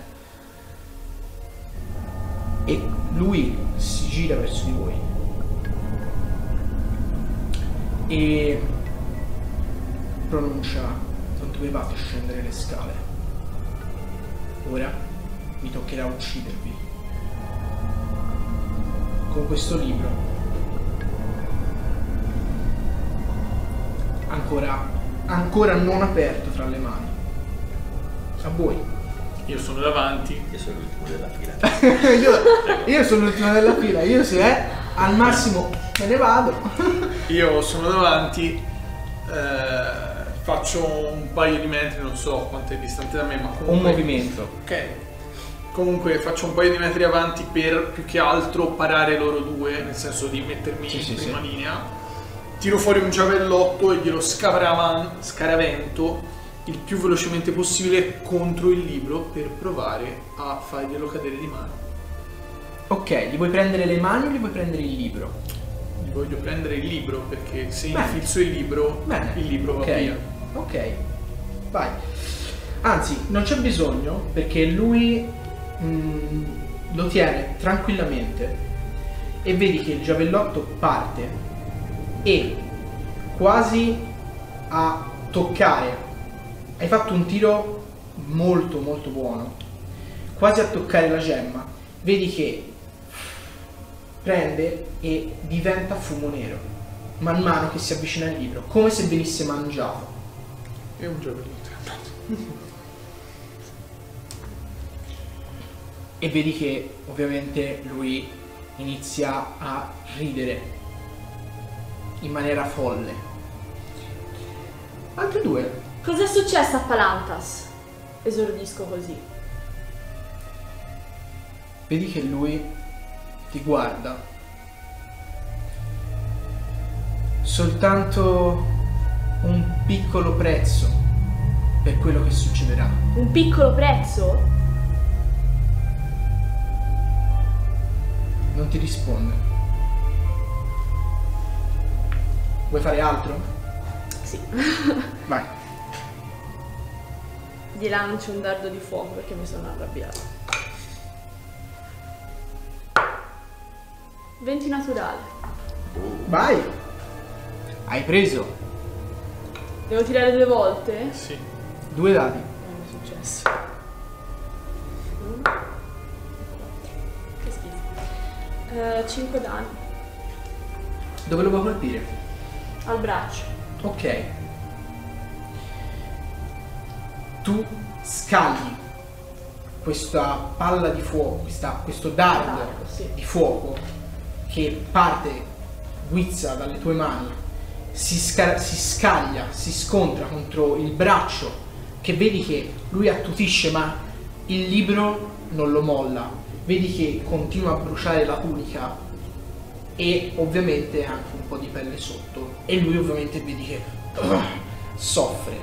E lui si gira verso di voi e pronuncia: non dovevate scendere le scale, ora mi toccherà uccidervi con questo libro ancora non aperto tra le mani. A voi. Io sono davanti. Io sono l'ultimo della fila. io sono l'ultimo della fila, io se è al massimo me ne vado. Io sono davanti, faccio un paio di metri, non so quanto è distante da me, ma comunque... Un movimento. Ok. Comunque faccio un paio di metri avanti per più che altro parare loro due, nel senso di mettermi in prima linea. Tiro fuori un giavellotto e glielo scaravento il più velocemente possibile contro il libro per provare a farglielo cadere di mano. Ok, gli vuoi prendere le mani o gli vuoi prendere il libro? Gli voglio prendere il libro perché se Bene. infilzo il libro Ok. va via. Ok, vai. Anzi, non c'è bisogno perché lui lo tiene tranquillamente e vedi che il giavellotto parte e quasi a toccare. Hai fatto un tiro molto molto buono, quasi a toccare la gemma. Vedi che prende e diventa fumo nero man mano che si avvicina al libro, come se venisse mangiato. È un giavellotto. E vedi che ovviamente lui inizia a ridere in maniera folle. Altri due. Cos'è successo a Palantas? Esordisco così. Vedi che lui ti guarda. Soltanto un piccolo prezzo per quello che succederà. Un piccolo prezzo? Non ti risponde. Vuoi fare altro? Sì. Vai. Gli lancio un dardo di fuoco perché mi sono arrabbiata. 20 naturale. Vai. Hai preso Devo tirare 2 volte? Sì. 2 dadi. Non è successo. Che schifo. 5 danni. Dove lo vuoi colpire? Al braccio. Ok. Tu scagli questa palla di fuoco, questo dardo Dardo, sì. di fuoco che parte, guizza dalle tue mani, si scaglia, si scontra contro il braccio, che vedi che lui attutisce ma il libro non lo molla. Vedi che continua a bruciare la tunica e ovviamente anche un po' di pelle sotto, e lui ovviamente vedi che soffre.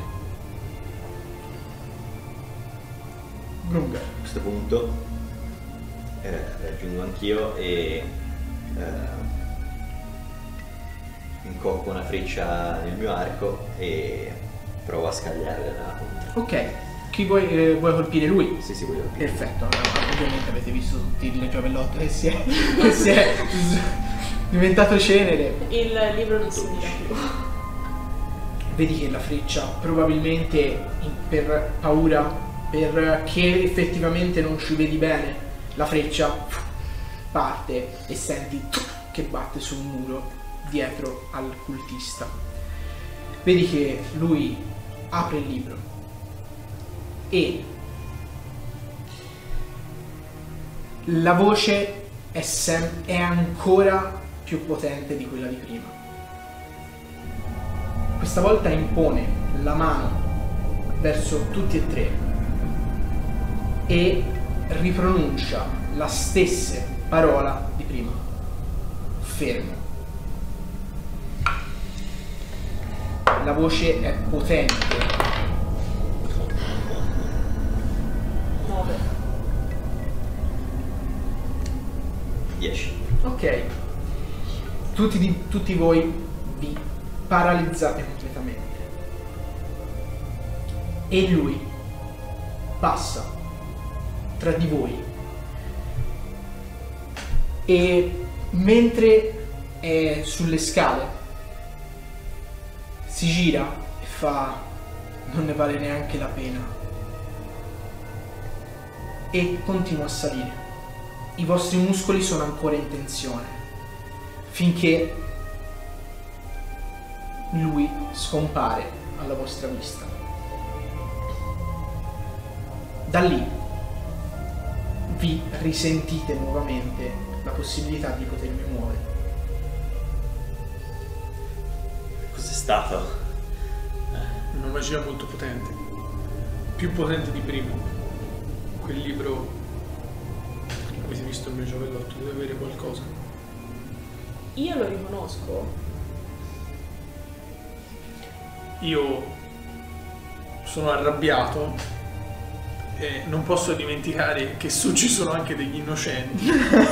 Grunga. A questo punto raggiungo anch'io e incocco una freccia nel mio arco e provo a scagliare la punta. Ok, Chi vuoi colpire lui? Sì, voglio capire. Perfetto, allora, ovviamente avete visto tutti il giavellotto che si è diventato cenere. Il libro non si mira più. Vedi che la freccia probabilmente per paura, perché effettivamente non ci vedi bene, la freccia parte e senti che batte sul muro dietro al cultista. Vedi che lui apre il libro e la voce è ancora più potente di quella di prima. Questa volta impone la mano verso tutti e tre e ripronuncia la stessa parola di prima. Fermo. La voce è potente. 9. 10. Ok. Tutti voi vi paralizzate completamente. E lui passa tra di voi. E mentre è sulle scale si gira e fa: non ne vale neanche la pena. E continua a salire. I vostri muscoli sono ancora in tensione finché lui scompare alla vostra vista. Da lì vi risentite nuovamente la possibilità di potervi muovere. Cos'è stato? Una magia molto potente, più potente di prima. Quel libro, avete visto il mio giavellotto, deve avere qualcosa. Io lo riconosco. Io sono arrabbiato e non posso dimenticare che su ci sono anche degli innocenti.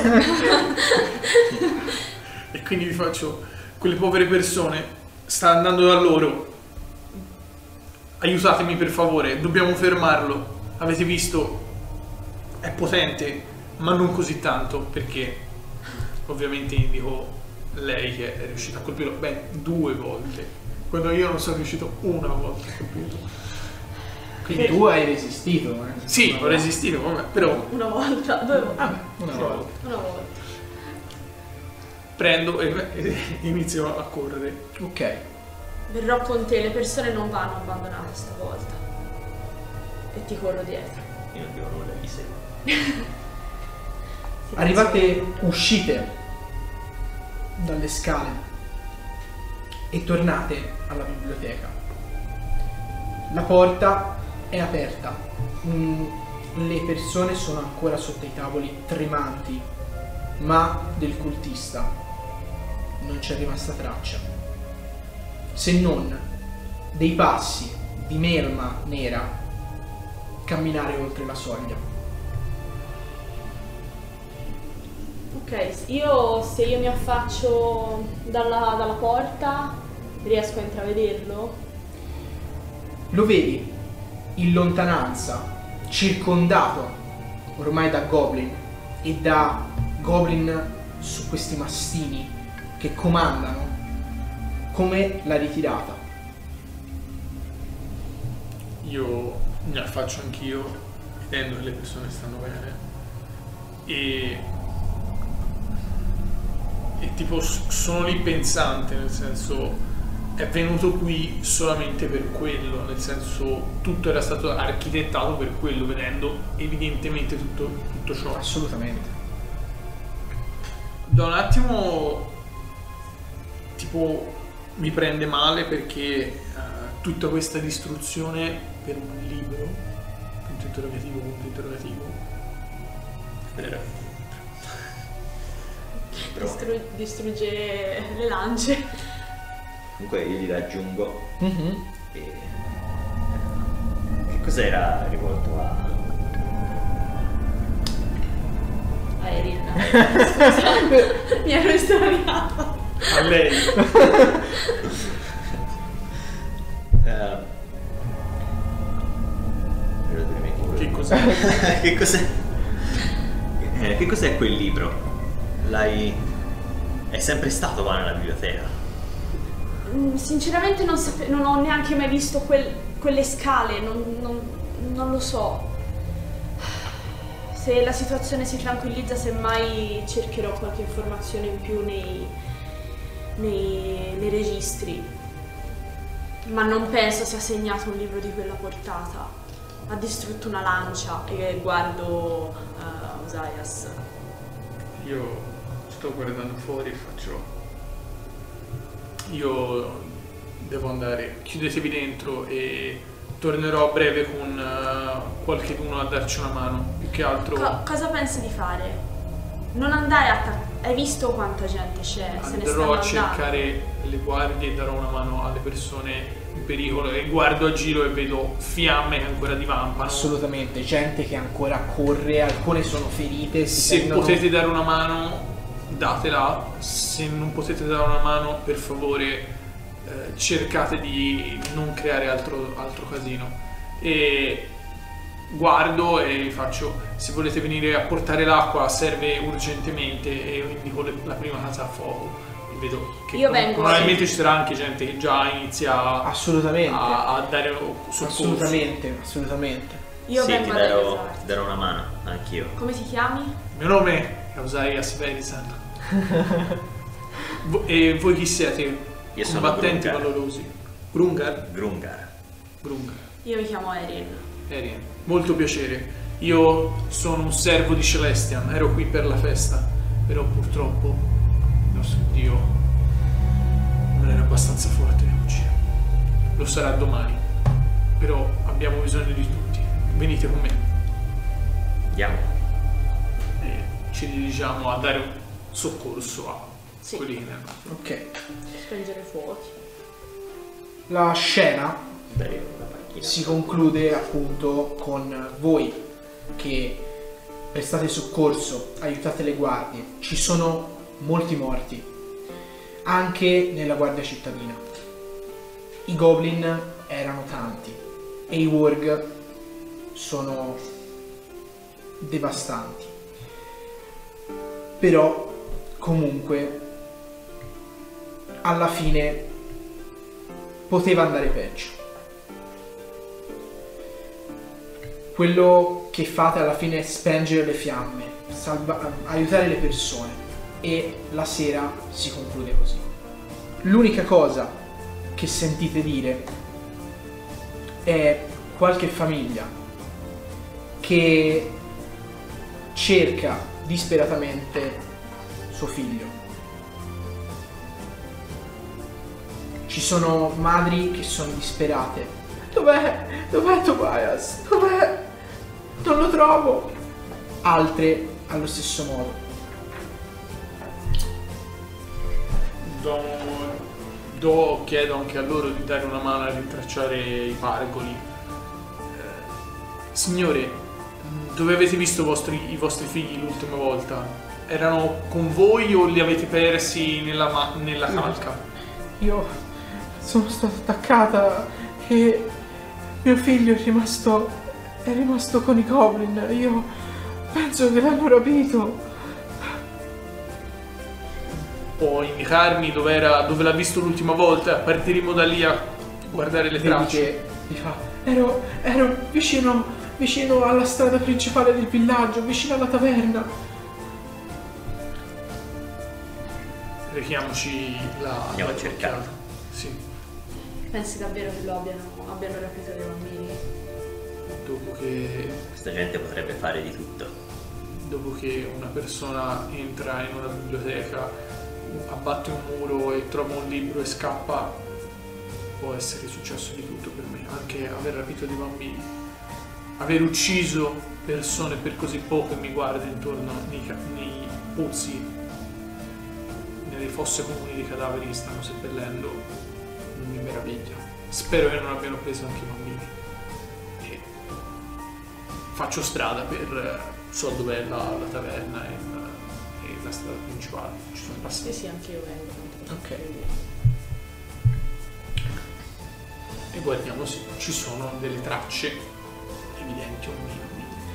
E quindi vi faccio: quelle povere persone, sta andando da loro, aiutatemi per favore, dobbiamo fermarlo. Avete visto? È potente, ma non così tanto, perché ovviamente indico lei che è riuscita a colpirlo ben 2 volte, quando io non sono riuscito una volta a colpirlo. Quindi tu hai resistito, eh? Sì, ho resistito, vabbè, però Una volta, 2 volte. Vabbè, una volta. Una volta. prendo e inizio a correre. Ok. Verrò con te, le persone non vanno abbandonate stavolta. E ti corro dietro. Io non dico nulla, mi seguo. Arrivate, uscite dalle scale e tornate alla biblioteca. La porta è aperta. Le persone sono ancora sotto i tavoli tremanti, ma del cultista non c'è rimasta traccia, se non dei passi di melma nera camminare oltre la soglia. Ok, se io mi affaccio dalla porta, riesco a intravederlo? Lo vedi in lontananza, circondato ormai da goblin e da goblin su questi mastini che comandano come la ritirata. Io mi affaccio anch'io, vedendo che le persone stanno bene, e tipo sono lì pensante, nel senso è venuto qui solamente per quello, nel senso tutto era stato architettato per quello, vedendo evidentemente tutto ciò. Assolutamente. Da un attimo tipo mi prende male perché tutta questa distruzione per un libro, punto interrogativo, Distrugge le lance. Comunque io li raggiungo Mhm. e... Che cos'era rivolto a... A Erin. Scusa, mi ero estraniata. a lei. qualcosa. Che cos'è? Che cos'è quel libro? È sempre stato qua nella biblioteca? Sinceramente non ho neanche mai visto quelle scale, non lo so. Se la situazione si tranquillizza, semmai cercherò qualche informazione in più nei registri. Ma non penso sia segnato un libro di quella portata. Ha distrutto una lancia e guardo Ozias. Io sto guardando fuori e faccio... Io devo andare, chiudetevi dentro e tornerò a breve con qualcuno a darci una mano. Più che altro... Cosa pensi di fare? Non andare a... Hai visto quanta gente c'è? Andrò a cercare le guardie e darò una mano alle persone in pericolo e guardo a giro e vedo fiamme che ancora divampano. Assolutamente, gente che ancora corre, alcune sono ferite. Se potete dare una mano, datela. Se non potete dare una mano, per favore cercate di non creare altro casino. E guardo e faccio: se volete venire a portare l'acqua serve urgentemente, e indico la prima casa a fuoco. E vedo che probabilmente ci sarà anche gente che già inizia assolutamente a dare soccorso. Assolutamente. Io sì, vengo ti ad aiutarti. darò una mano, anch'io. Come ti chiami? Il mio nome è Ozias Verisan. E voi chi siete? Io sono Combattenti Grungar. valorosi. Grungar? Grungar. Io mi chiamo Erin. Erin, molto piacere. Io sono un servo di Celestian, ero qui per la festa, però purtroppo il nostro dio non era abbastanza forte oggi. Lo sarà domani, però abbiamo bisogno di tutti. Venite con me. Andiamo. E ci dirigiamo a dare un soccorso a quelli che ne hanno. Ok. Spengere fuochi. La scena Dai, una panchina. si conclude appunto con voi che prestate soccorso, aiutate le guardie. Ci sono molti morti, anche nella guardia cittadina. I goblin erano tanti e i warg sono devastanti. Però comunque alla fine poteva andare peggio. Quello che fate alla fine è spengere le fiamme, aiutare le persone, e la sera si conclude così. L'unica cosa che sentite dire è qualche famiglia che cerca disperatamente suo figlio. Ci sono madri che sono disperate. Dov'è? Dov'è Tobias? Dov'è? Non lo trovo. Altre allo stesso modo. Chiedo anche a loro di dare una mano a rintracciare i pargoli. Signore, dove avete visto i vostri figli l'ultima volta? Erano con voi o li avete persi nella calca? Io sono stata attaccata e mio figlio è rimasto con i goblin. Io penso che l'hanno rapito. Può indicarmi dove l'ha visto l'ultima volta? Partiremo da lì a guardare le tracce. Che mi fa: ero vicino alla strada principale del villaggio, vicino alla taverna. Rechiamoci Andiamo a cercare. Sì. Pensi davvero che lo abbiano rapito dei bambini? Dopo che Questa gente potrebbe fare di tutto. una persona entra in una biblioteca, abbatte un muro e trova un libro e scappa, può essere successo di tutto per me, anche aver rapito dei bambini, aver ucciso persone per così poco. E mi guardo intorno nei pozzi, nelle fosse comuni di cadaveri che stanno seppellendo, non mi meraviglia. Spero che non abbiano preso anche i bambini. E faccio strada so dov'è la taverna e la strada principale. Ci sono passato. Sì, anche io vengo. Ok. E guardiamo se ci sono delle tracce evidenti o meno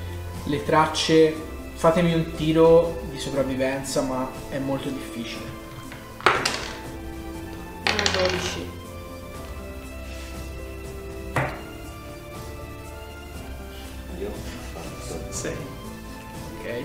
le tracce, fatemi un tiro di sopravvivenza, ma è molto difficile. Una 12. Io ho fatto 6. Ok,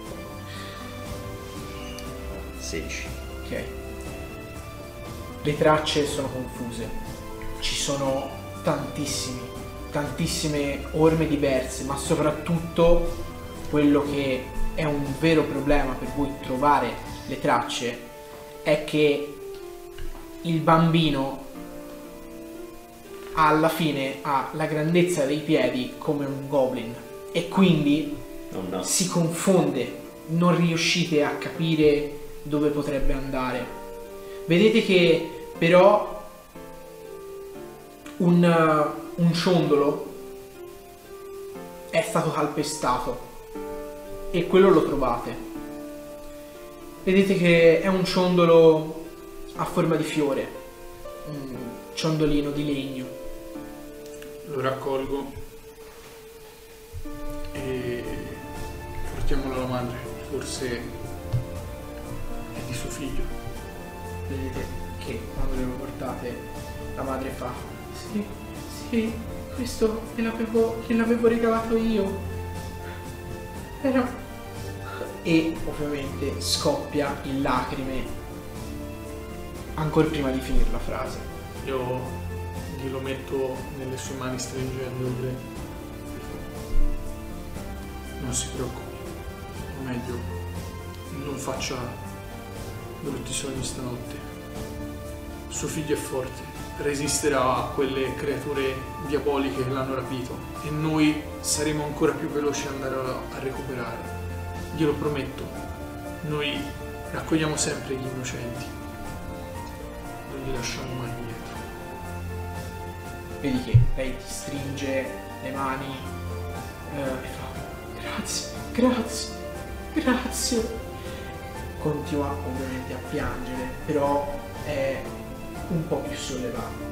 16. ok. Le tracce sono confuse. Ci sono tantissime orme diverse, ma soprattutto quello che è un vero problema per voi trovare le tracce è che il bambino alla fine ha la grandezza dei piedi come un goblin e quindi Oh no. si confonde, non riuscite a capire dove potrebbe andare. Vedete che però un ciondolo è stato calpestato e quello lo trovate. Vedete che è un ciondolo a forma di fiore, un ciondolino di legno. Lo raccolgo e portiamolo alla madre, forse è di suo figlio. Vedete che quando ve lo portate la madre fa: sì, questo gliel'avevo regalato io. Però... E ovviamente scoppia in lacrime ancora prima di finire la frase. Io glielo metto nelle sue mani stringendole. Non si preoccupi, o meglio, non faccia brutti sogni stanotte. Suo figlio è forte, resisterà a quelle creature diaboliche che l'hanno rapito e noi saremo ancora più veloci ad andare a recuperare. Glielo prometto, noi raccogliamo sempre gli innocenti, non li lasciamo mai indietro. Vedi che lei ti stringe le mani e fa: grazie. Continua ovviamente a piangere, però è un po' più sollevato.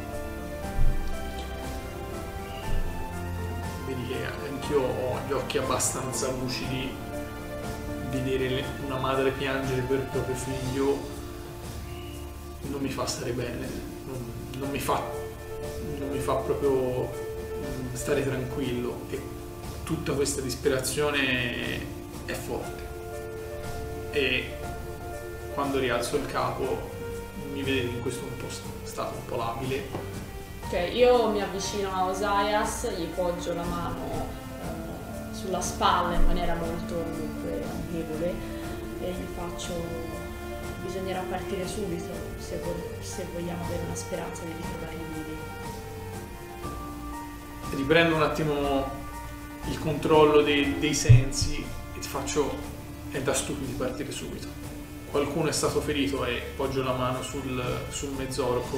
Vedi che anch'io ho gli occhi abbastanza lucidi. Vedere una madre piangere per il proprio figlio non mi fa stare bene, non mi fa proprio stare tranquillo, e tutta questa disperazione è forte. E quando rialzo il capo mi vedete in questo stato un po' labile. Ok, io mi avvicino a Osias, gli poggio la mano sulla spalla in maniera molto comunque amichevole e gli faccio: bisognerà partire subito se vogliamo avere una speranza di ritrovarli vivi. Riprendo un attimo il controllo dei sensi e ti faccio: è da stupidi partire subito. Qualcuno è stato ferito e poggio la mano sul mezzorco.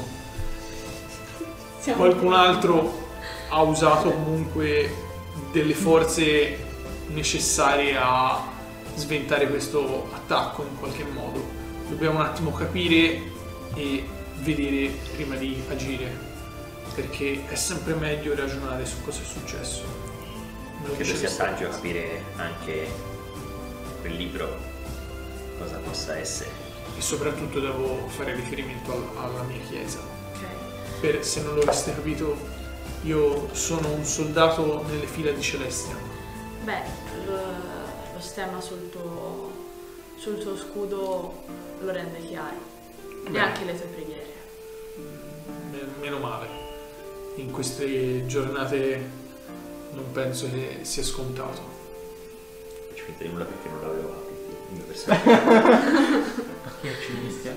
Qualcun altro ha usato comunque delle forze necessarie a sventare questo attacco in qualche modo. Dobbiamo un attimo capire e vedere prima di agire, perché è sempre meglio ragionare su cosa è successo. Credo sia saggio capire anche quel libro cosa possa essere. E soprattutto devo fare riferimento alla mia chiesa. Ok. Se non lo aveste capito, io sono un soldato nelle fila di Celestia. Beh, lo stemma sul tuo scudo lo rende chiaro. E anche le tue preghiere. Meno male. In queste giornate non penso che sia scontato. Non ci finta di nulla perché non l'avevo capito. Il mio personaggio. Chi è civilista?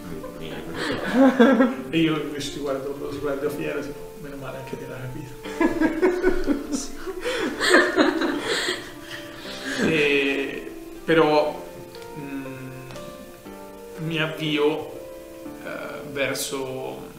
E io invece ti guardo fiero, tipo, meno male anche te l'hai capito. Però mi avvio verso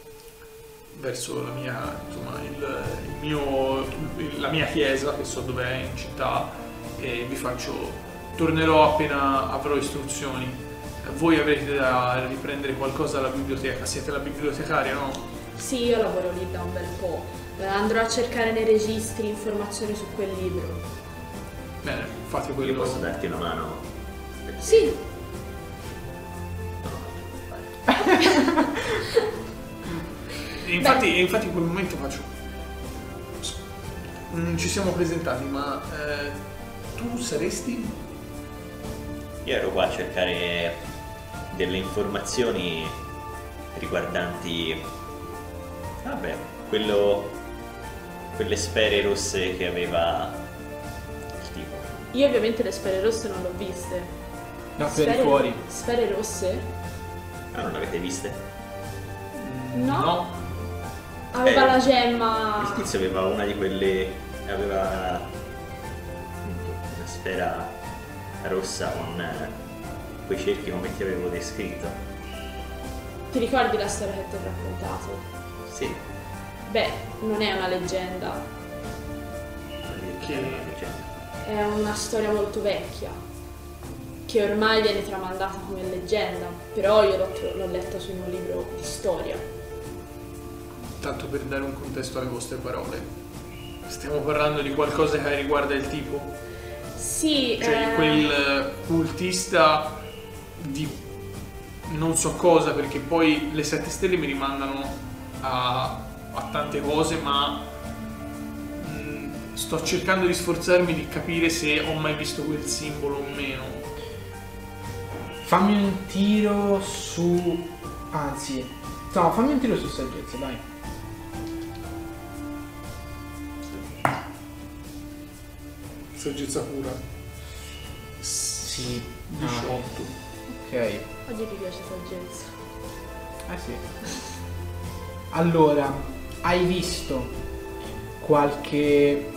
la mia, insomma, la mia chiesa, che so dov'è in città, e vi tornerò appena avrò istruzioni. Voi avrete da riprendere qualcosa alla biblioteca, siete la bibliotecaria, no? Sì, io lavoro lì da un bel po'. Andrò a cercare nei registri informazioni su quel libro. Bene, fate quello. Io posso darti una mano? Sì, No, non fare. E infatti in quel momento faccio. Non ci siamo presentati, ma tu saresti? Io ero qua a cercare delle informazioni riguardanti, vabbè, quelle sfere rosse che aveva il tipo. io ovviamente le sfere rosse non l'ho viste. No, per fuori. Sfere rosse? Ah, non l'avete viste? No. Aveva la gemma. Il tizio aveva una di quelle, aveva appunto una sfera rossa con quei cerchi come ti avevo descritto. Ti ricordi la storia che ti ho raccontato? Sì, Beh, non è una leggenda, che era una leggenda. è una storia molto vecchia, che ormai viene tramandata come leggenda, però io l'ho letta su in un libro di storia. Tanto per dare un contesto alle vostre parole, stiamo parlando di qualcosa che riguarda il tipo? Sì, Cioè quel cultista di non so cosa, perché poi le 7 stelle mi rimandano a tante cose, ma sto cercando di sforzarmi di capire se ho mai visto quel simbolo o meno. Fammi un tiro su... Anzi... No, fammi un tiro su saggezza, dai. Saggezza pura. Sì. 18. Ok. oggi ti piace saggezza. Sì. Allora, hai visto qualche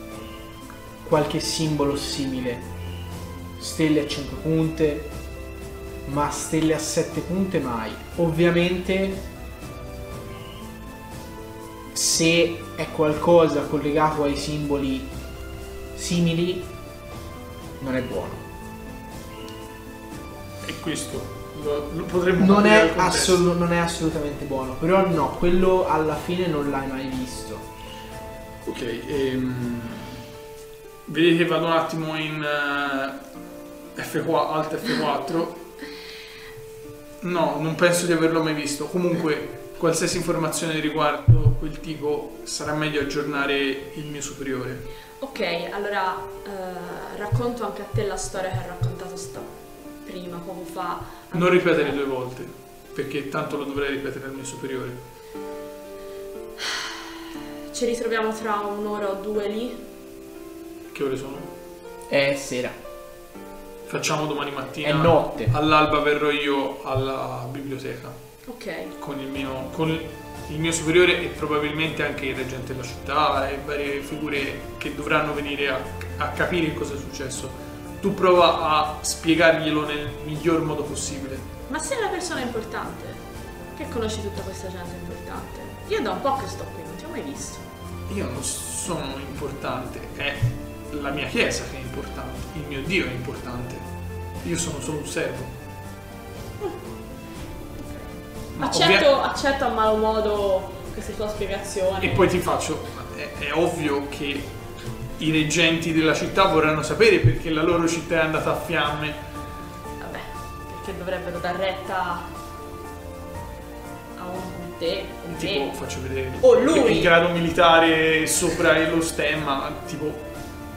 simbolo simile? Stelle a 5 punte, ma stelle a 7 punte mai. Ovviamente, se è qualcosa collegato ai simboli simili, non è buono. E questo lo potremmo Non capire è, al contesto. non è assolutamente buono, però no, quello alla fine non l'hai mai visto. Ok, vedete che vado un attimo in F4, Alt F4. No, non penso di averlo mai visto. Comunque, qualsiasi informazione riguardo quel tipo sarà meglio aggiornare il mio superiore. Ok, allora racconto anche a te la storia che ha raccontato prima, poco fa. Non ripetere 2 volte, perché tanto lo dovrei ripetere al mio superiore. Ci ritroviamo tra un'ora o 2 lì. Che ore sono? È sera, Facciamo domani mattina. è notte. All'alba verrò io alla biblioteca Ok, con il mio superiore e probabilmente anche il reggente della città e varie figure che dovranno venire a capire cosa è successo. Tu prova a spiegarglielo nel miglior modo possibile. ma sei una persona importante, che conosci tutta questa gente importante. Io da un po' che sto qui, non ti ho mai visto. Io non sono importante, è la mia chiesa che è importante, il mio Dio è importante. Io sono solo un servo. Ma Accetto a malo modo queste tue spiegazioni. E poi ti faccio, è ovvio che i reggenti della città vorranno sapere perché la loro città è andata a fiamme. Vabbè, perché dovrebbero dar retta a uno come te, come Tipo, me. faccio vedere O lui. il grado militare sopra lo stemma, tipo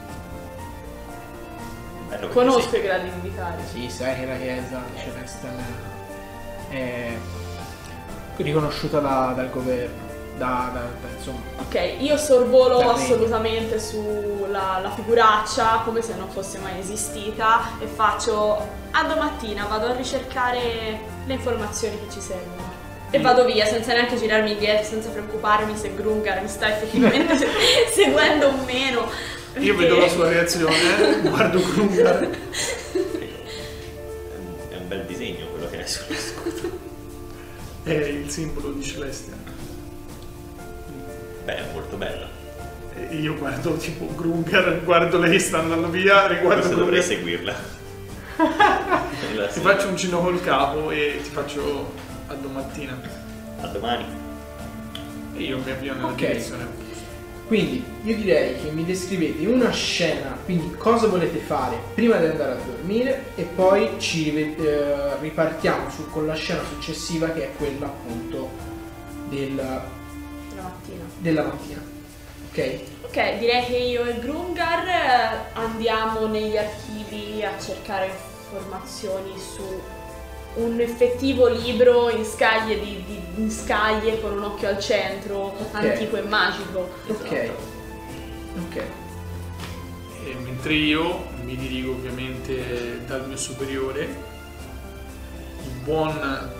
Bello che Conosco sì. i gradi militari. Sì, sai che la chiesa di Celestia è riconosciuta dal governo, insomma. Ok, io sorvolo Dal regno. assolutamente sulla figuraccia come se non fosse mai esistita e faccio a domattina, vado a ricercare le informazioni che ci servono. E vado via senza neanche girarmi indietro, senza preoccuparmi se Grungar mi sta effettivamente seguendo o meno. io vedo la sua reazione, guardo Grungar. È un bel disegno quello che è sullo scudo. È il simbolo di Celestia. Beh, è molto bello. E io guardo tipo Grungar, guardo lei che sta andando via, riguardo Forse dovrei Grungar. seguirla. Ti faccio un cenno col capo e ti faccio a domattina. A domani. E io mi avvio nella Ok. direzione. Quindi io direi che mi descrivete una scena, quindi cosa volete fare prima di andare a dormire, e poi ci ripartiamo con la scena successiva, che è quella appunto La mattina. della mattina. Ok? Ok, direi che io e Grungar andiamo negli archivi a cercare informazioni su un effettivo libro in scaglie, in scaglie con un occhio al centro, antico e magico. Ok. Ok. E mentre io mi dirigo ovviamente dal mio superiore, il buon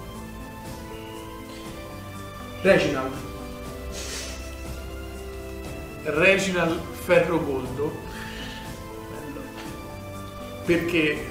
Reginald Ferrogoldo, perché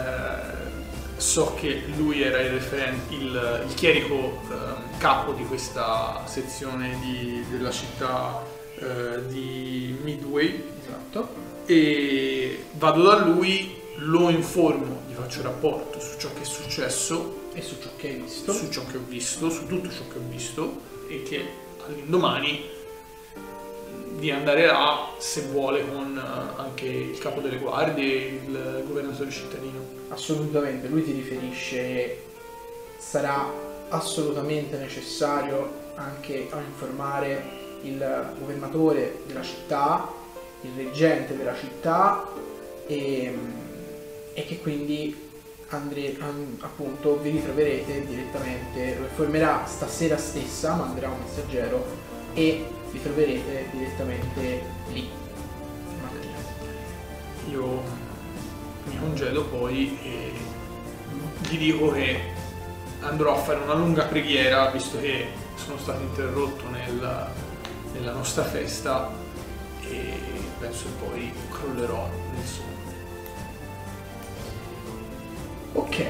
so che lui era il chierico capo di questa sezione della città di Midway. Esatto. E vado da lui, lo informo, gli faccio rapporto su ciò che è successo E su ciò che hai visto. su ciò che ho visto, su tutto ciò che ho visto, e che all'indomani di andare là, se vuole, con anche il capo delle guardie e il governatore cittadino. Assolutamente, lui ti riferisce, sarà assolutamente necessario anche a informare il governatore della città, il reggente della città, e che quindi appunto vi ritroverete direttamente, lo informerà stasera stessa, manderà un messaggero e vi troverete direttamente lì mattina. Io mi congedo poi e gli dico che andrò a fare una lunga preghiera, visto che sono stato interrotto nella nostra festa, e penso che poi crollerò nel sonno. Ok.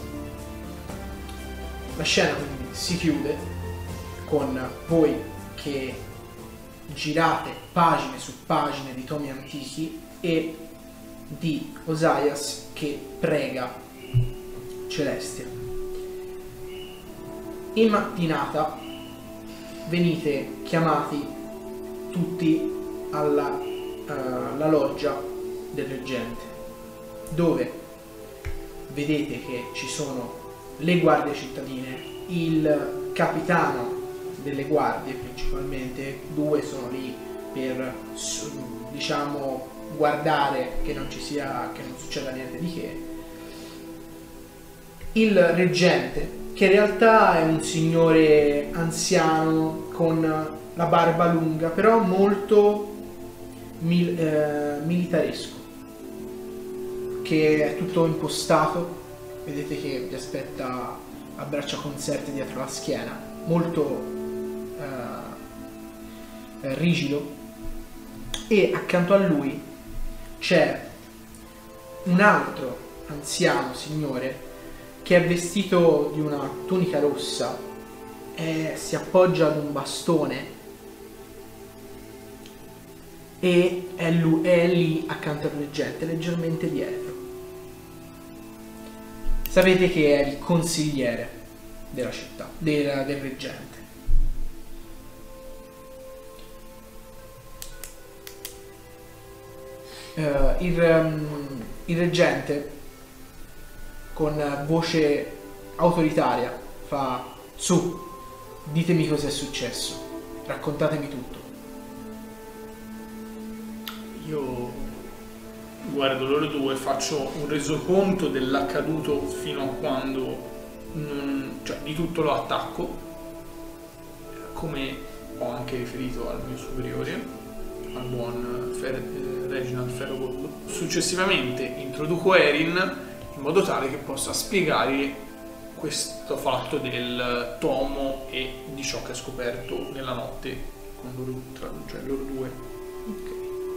La scena quindi si chiude con voi che girate pagine su pagine di tomi antichi e di Osias che prega Celestia. In mattinata venite chiamati tutti alla loggia del reggente, dove vedete che ci sono le guardie cittadine, il capitano delle guardie principalmente, 2 sono lì per diciamo guardare che non succeda niente di che, il reggente che in realtà è un signore anziano con la barba lunga, però molto militaresco, che è tutto impostato, vedete che vi aspetta a braccia conserte dietro la schiena, molto rigido, e accanto a lui c'è un altro anziano signore che è vestito di una tunica rossa e si appoggia ad un bastone e è lì accanto al reggente, leggermente dietro. Sapete che è il consigliere della città, del reggente. Il reggente con voce autoritaria fa: su, ditemi cos'è successo, raccontatemi tutto. Io guardo loro due, faccio un resoconto dell'accaduto fino a quando cioè di tutto lo attacco, come ho anche riferito al mio superiore, al buon Reginald Ferrogoldo. Successivamente introduco Erin in modo tale che possa spiegare questo fatto del tomo e di ciò che ha scoperto nella notte con loro due. Ok.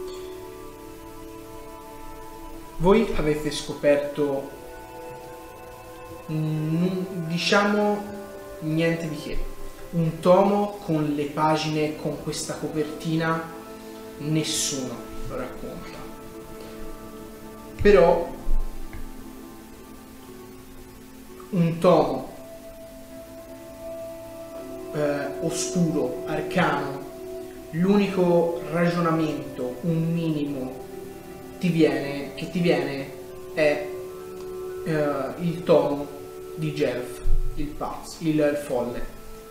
Voi avete scoperto, diciamo, niente di che. Un tomo con le pagine con questa copertina, nessuno lo racconta. Però un tomo oscuro, arcano, l'unico ragionamento, un minimo, che ti viene è il tomo di Gelf, il pazzo, il folle.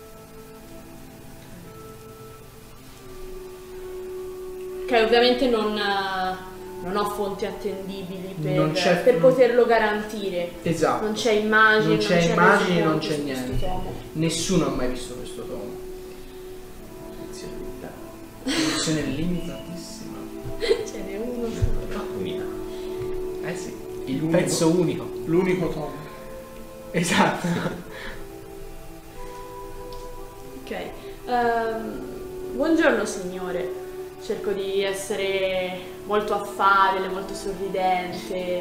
Che ovviamente non ho fonti attendibili per non- poterlo garantire. Esatto. Non c'è immagini, non c'è immagini, non c'è resoconto su questo niente. tomo. Nessuno ha mai visto questo tomo. Edizione limitatissima. Ce n'è uno solo. Eh sì, il L'unico. pezzo unico. L'unico tomo. Esatto. Ok. Buongiorno signore. Cerco di essere molto affabile, molto sorridente,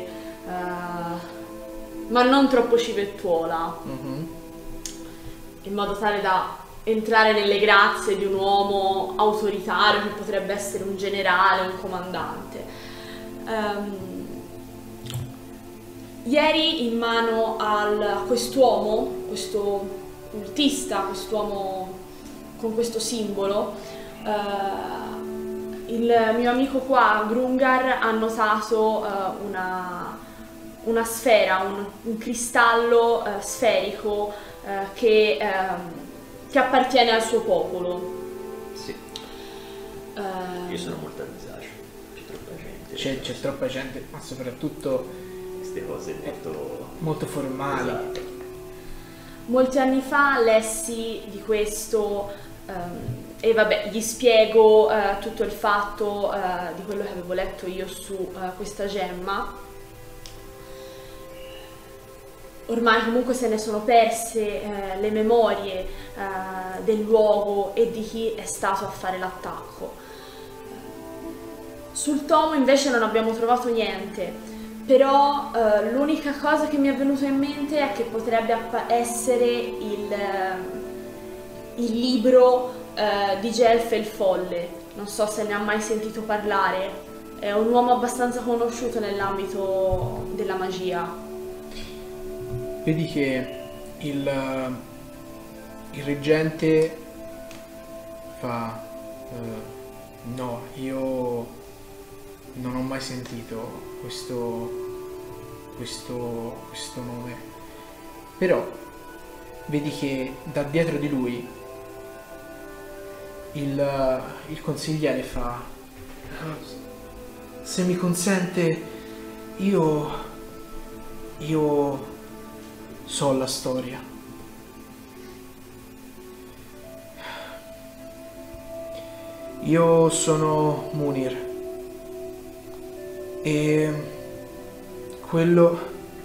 ma non troppo civettuola, Mhm. in modo tale da entrare nelle grazie di un uomo autoritario che potrebbe essere un generale, un comandante. Ieri in mano a quest'uomo, questo cultista, quest'uomo con questo simbolo, il mio amico qua, Grungar, ha notato una sfera, un cristallo sferico che appartiene al suo popolo. Sì, io sono molto a disagio, c'è troppa gente. C'è troppa gente, ma soprattutto Queste cose molto formali. Esatto. Molti anni fa lessi di questo e vabbè, gli spiego tutto il fatto di quello che avevo letto io su questa gemma. Ormai comunque se ne sono perse le memorie del luogo e di chi è stato a fare l'attacco. Sul tomo invece non abbiamo trovato niente, però l'unica cosa che mi è venuta in mente è che potrebbe essere il libro di Gelf il Folle. Non so se ne ha mai sentito parlare, è un uomo abbastanza conosciuto nell'ambito della magia. Vedi che il reggente fa no, io non ho mai sentito questo nome, però vedi che da dietro di lui il consigliere fa: se mi consente, io so la storia. Io sono Munir e quello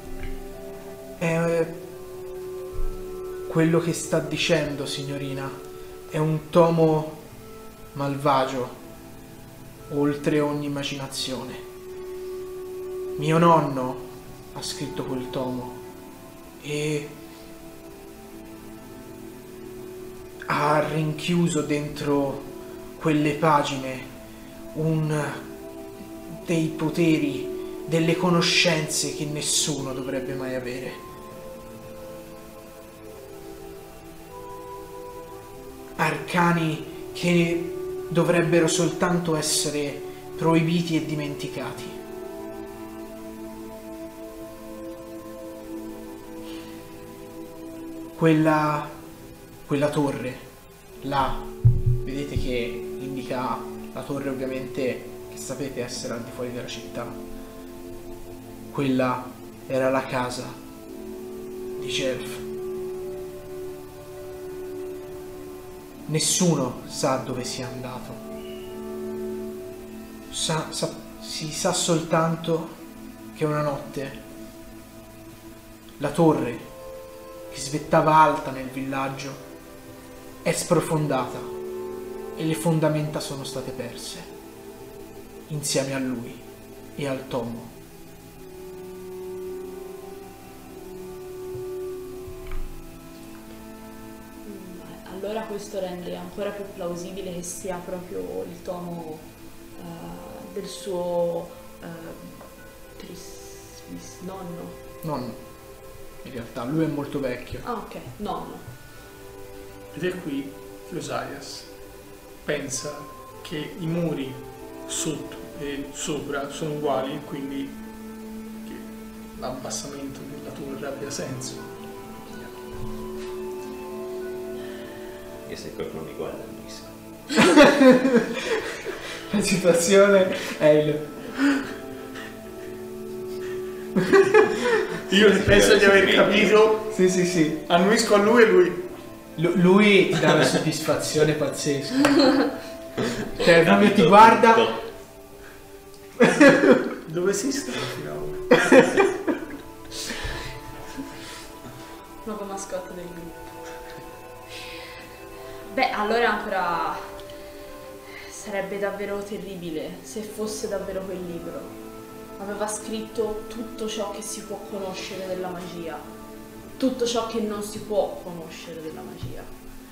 è quello che sta dicendo, signorina, è un tomo malvagio, oltre ogni immaginazione. Mio nonno ha scritto quel tomo e ha rinchiuso dentro quelle pagine dei poteri, delle conoscenze che nessuno dovrebbe mai avere. Arcani che dovrebbero soltanto essere proibiti e dimenticati. Quella torre, là, vedete che indica la torre ovviamente che sapete essere al di fuori della città. Quella era la casa di Gelf. Nessuno sa dove sia andato. Si sa soltanto che una notte la torre che svettava alta nel villaggio è sprofondata e le fondamenta sono state perse insieme a lui e al tomo. Allora questo rende ancora più plausibile che sia proprio il tomo del suo nonno. Nonno. In realtà lui è molto vecchio. Ah, ok, nonno. Ed è qui che Osias pensa che i muri sotto e sopra sono uguali, quindi che l'abbassamento della torre abbia senso. Io se qualcuno mi guarda mi dico. La situazione è il... Io penso di aver capito, Sì. annuisco a lui e lui. Lui ti dà una soddisfazione pazzesca. Cioè, proprio ti guarda... Dove si sta fino a ora? Nuovo mascotte del gruppo. Beh, allora ancora sarebbe davvero terribile se fosse davvero quel libro. Aveva scritto tutto ciò che si può conoscere della magia, tutto ciò che non si può conoscere della magia.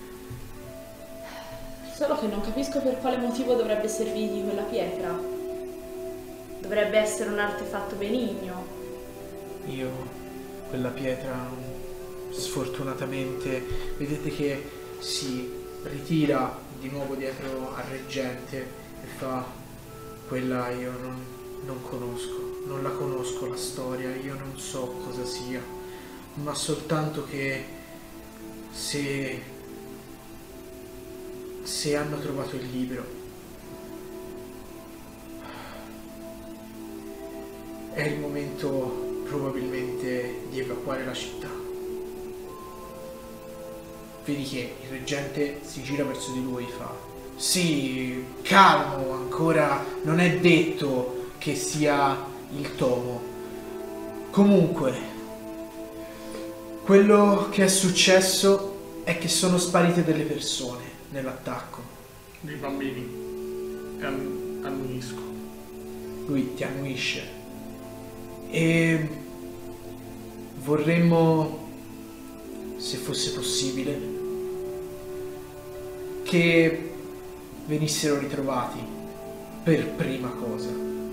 Solo che non capisco per quale motivo dovrebbe servirgli quella pietra. Dovrebbe essere un artefatto benigno. Io, quella pietra, sfortunatamente, vedete che si ritira di nuovo dietro al reggente e fa: quella io non conosco, non la conosco la storia, io non so cosa sia, ma soltanto che se hanno trovato il libro è il momento probabilmente di evacuare la città. Vedi che il reggente si gira verso di lui e fa: sì, calmo, ancora non è detto che sia il tomo. Comunque, quello che è successo è che sono sparite delle persone nell'attacco. Dei bambini. E annuisco. Lui ti annuisce. E vorremmo, se fosse possibile, che venissero ritrovati per prima cosa.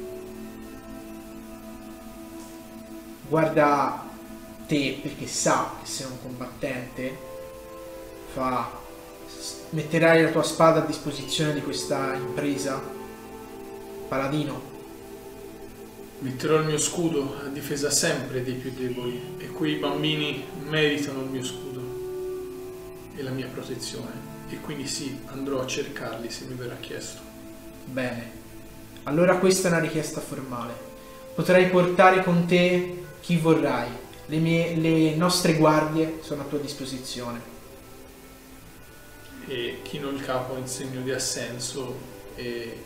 Guarda te, perché sa che sei un combattente, fa: metterai la tua spada a disposizione di questa impresa, paladino? Metterò il mio scudo a difesa sempre dei più deboli, e quei bambini meritano il mio scudo e la mia protezione, e quindi sì, andrò a cercarli se mi verrà chiesto. Bene, allora questa è una richiesta formale. Potrai portare con te chi vorrai. Le nostre guardie sono a tua disposizione. E chino il capo in segno di assenso e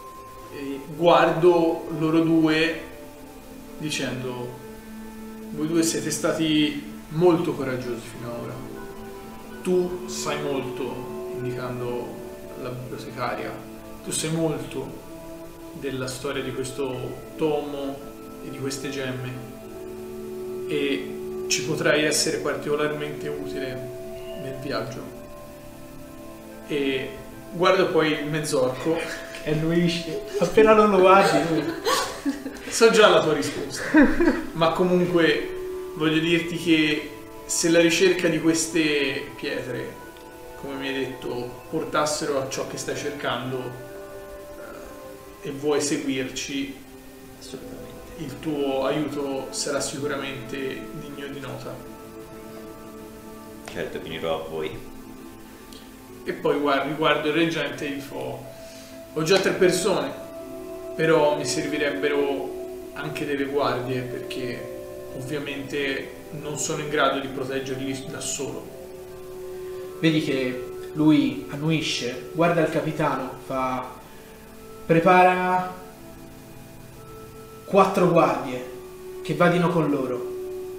guardo loro due dicendo: voi due siete stati molto coraggiosi fino ad ora. Tu sai molto, indicando la bibliotecaria, tu sai molto della storia di questo tomo e di queste gemme, e ci potrai essere particolarmente utile nel viaggio. E guardo poi il mezzorco E lui, appena non lo guardi, lui... So già la tua risposta, ma comunque voglio dirti che se la ricerca di queste pietre, come mi hai detto, portassero a ciò che stai cercando e vuoi seguirci, Assolutamente. il tuo aiuto sarà sicuramente degno di nota. Certo, finirò a voi. E poi guardo il reggente e gli dico: ho già 3 persone, però mi servirebbero anche delle guardie, perché ovviamente non sono in grado di proteggerli da solo. Vedi che lui annuisce, guarda il capitano, fa: prepara 4 guardie che vadino con loro.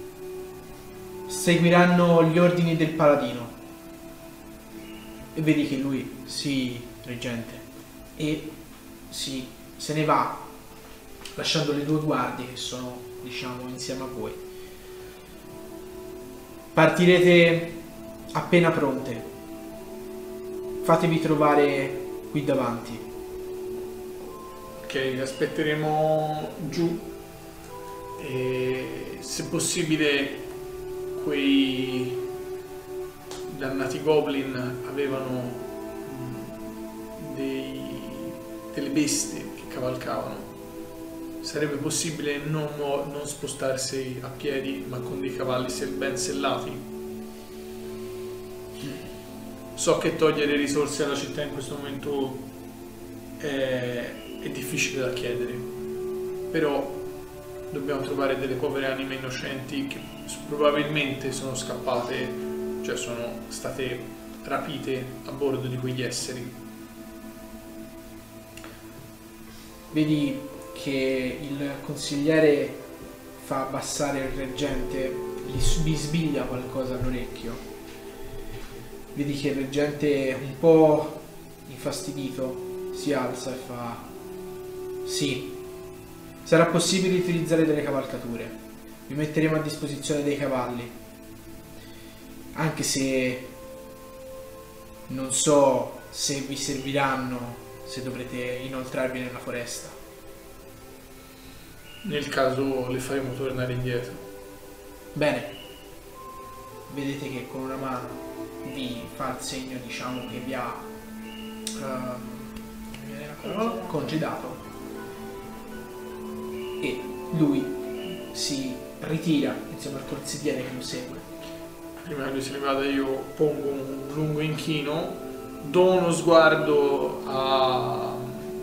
Seguiranno gli ordini del paladino. E vedi che lui: sì, reggente. E se ne va, lasciando le 2 guardie che sono, diciamo, insieme a voi. Partirete appena pronte. Fatevi trovare qui davanti. Ok, aspetteremo giù e se possibile quei dannati goblin avevano dei bestie che cavalcavano. Sarebbe possibile non spostarsi a piedi, ma con dei cavalli ben sellati? So che togliere risorse alla città in questo momento è difficile da chiedere, però dobbiamo trovare delle povere anime innocenti che probabilmente sono scappate, cioè sono state rapite a bordo di quegli esseri. Vedi che il consigliere fa abbassare il reggente, gli bisbiglia qualcosa all'orecchio. Vedi che il reggente, un po' infastidito, si alza e fa: sì, sarà possibile utilizzare delle cavalcature, vi metteremo a disposizione dei cavalli, anche se non so se vi serviranno se dovrete inoltrarvi nella foresta. Nel caso le faremo tornare indietro. Bene, vedete che con una mano vi fa il segno, diciamo, che vi ha congedato, e lui si ritira insieme al consigliere che lo segue. Prima che lui se ne vada io pongo un lungo inchino, do uno sguardo a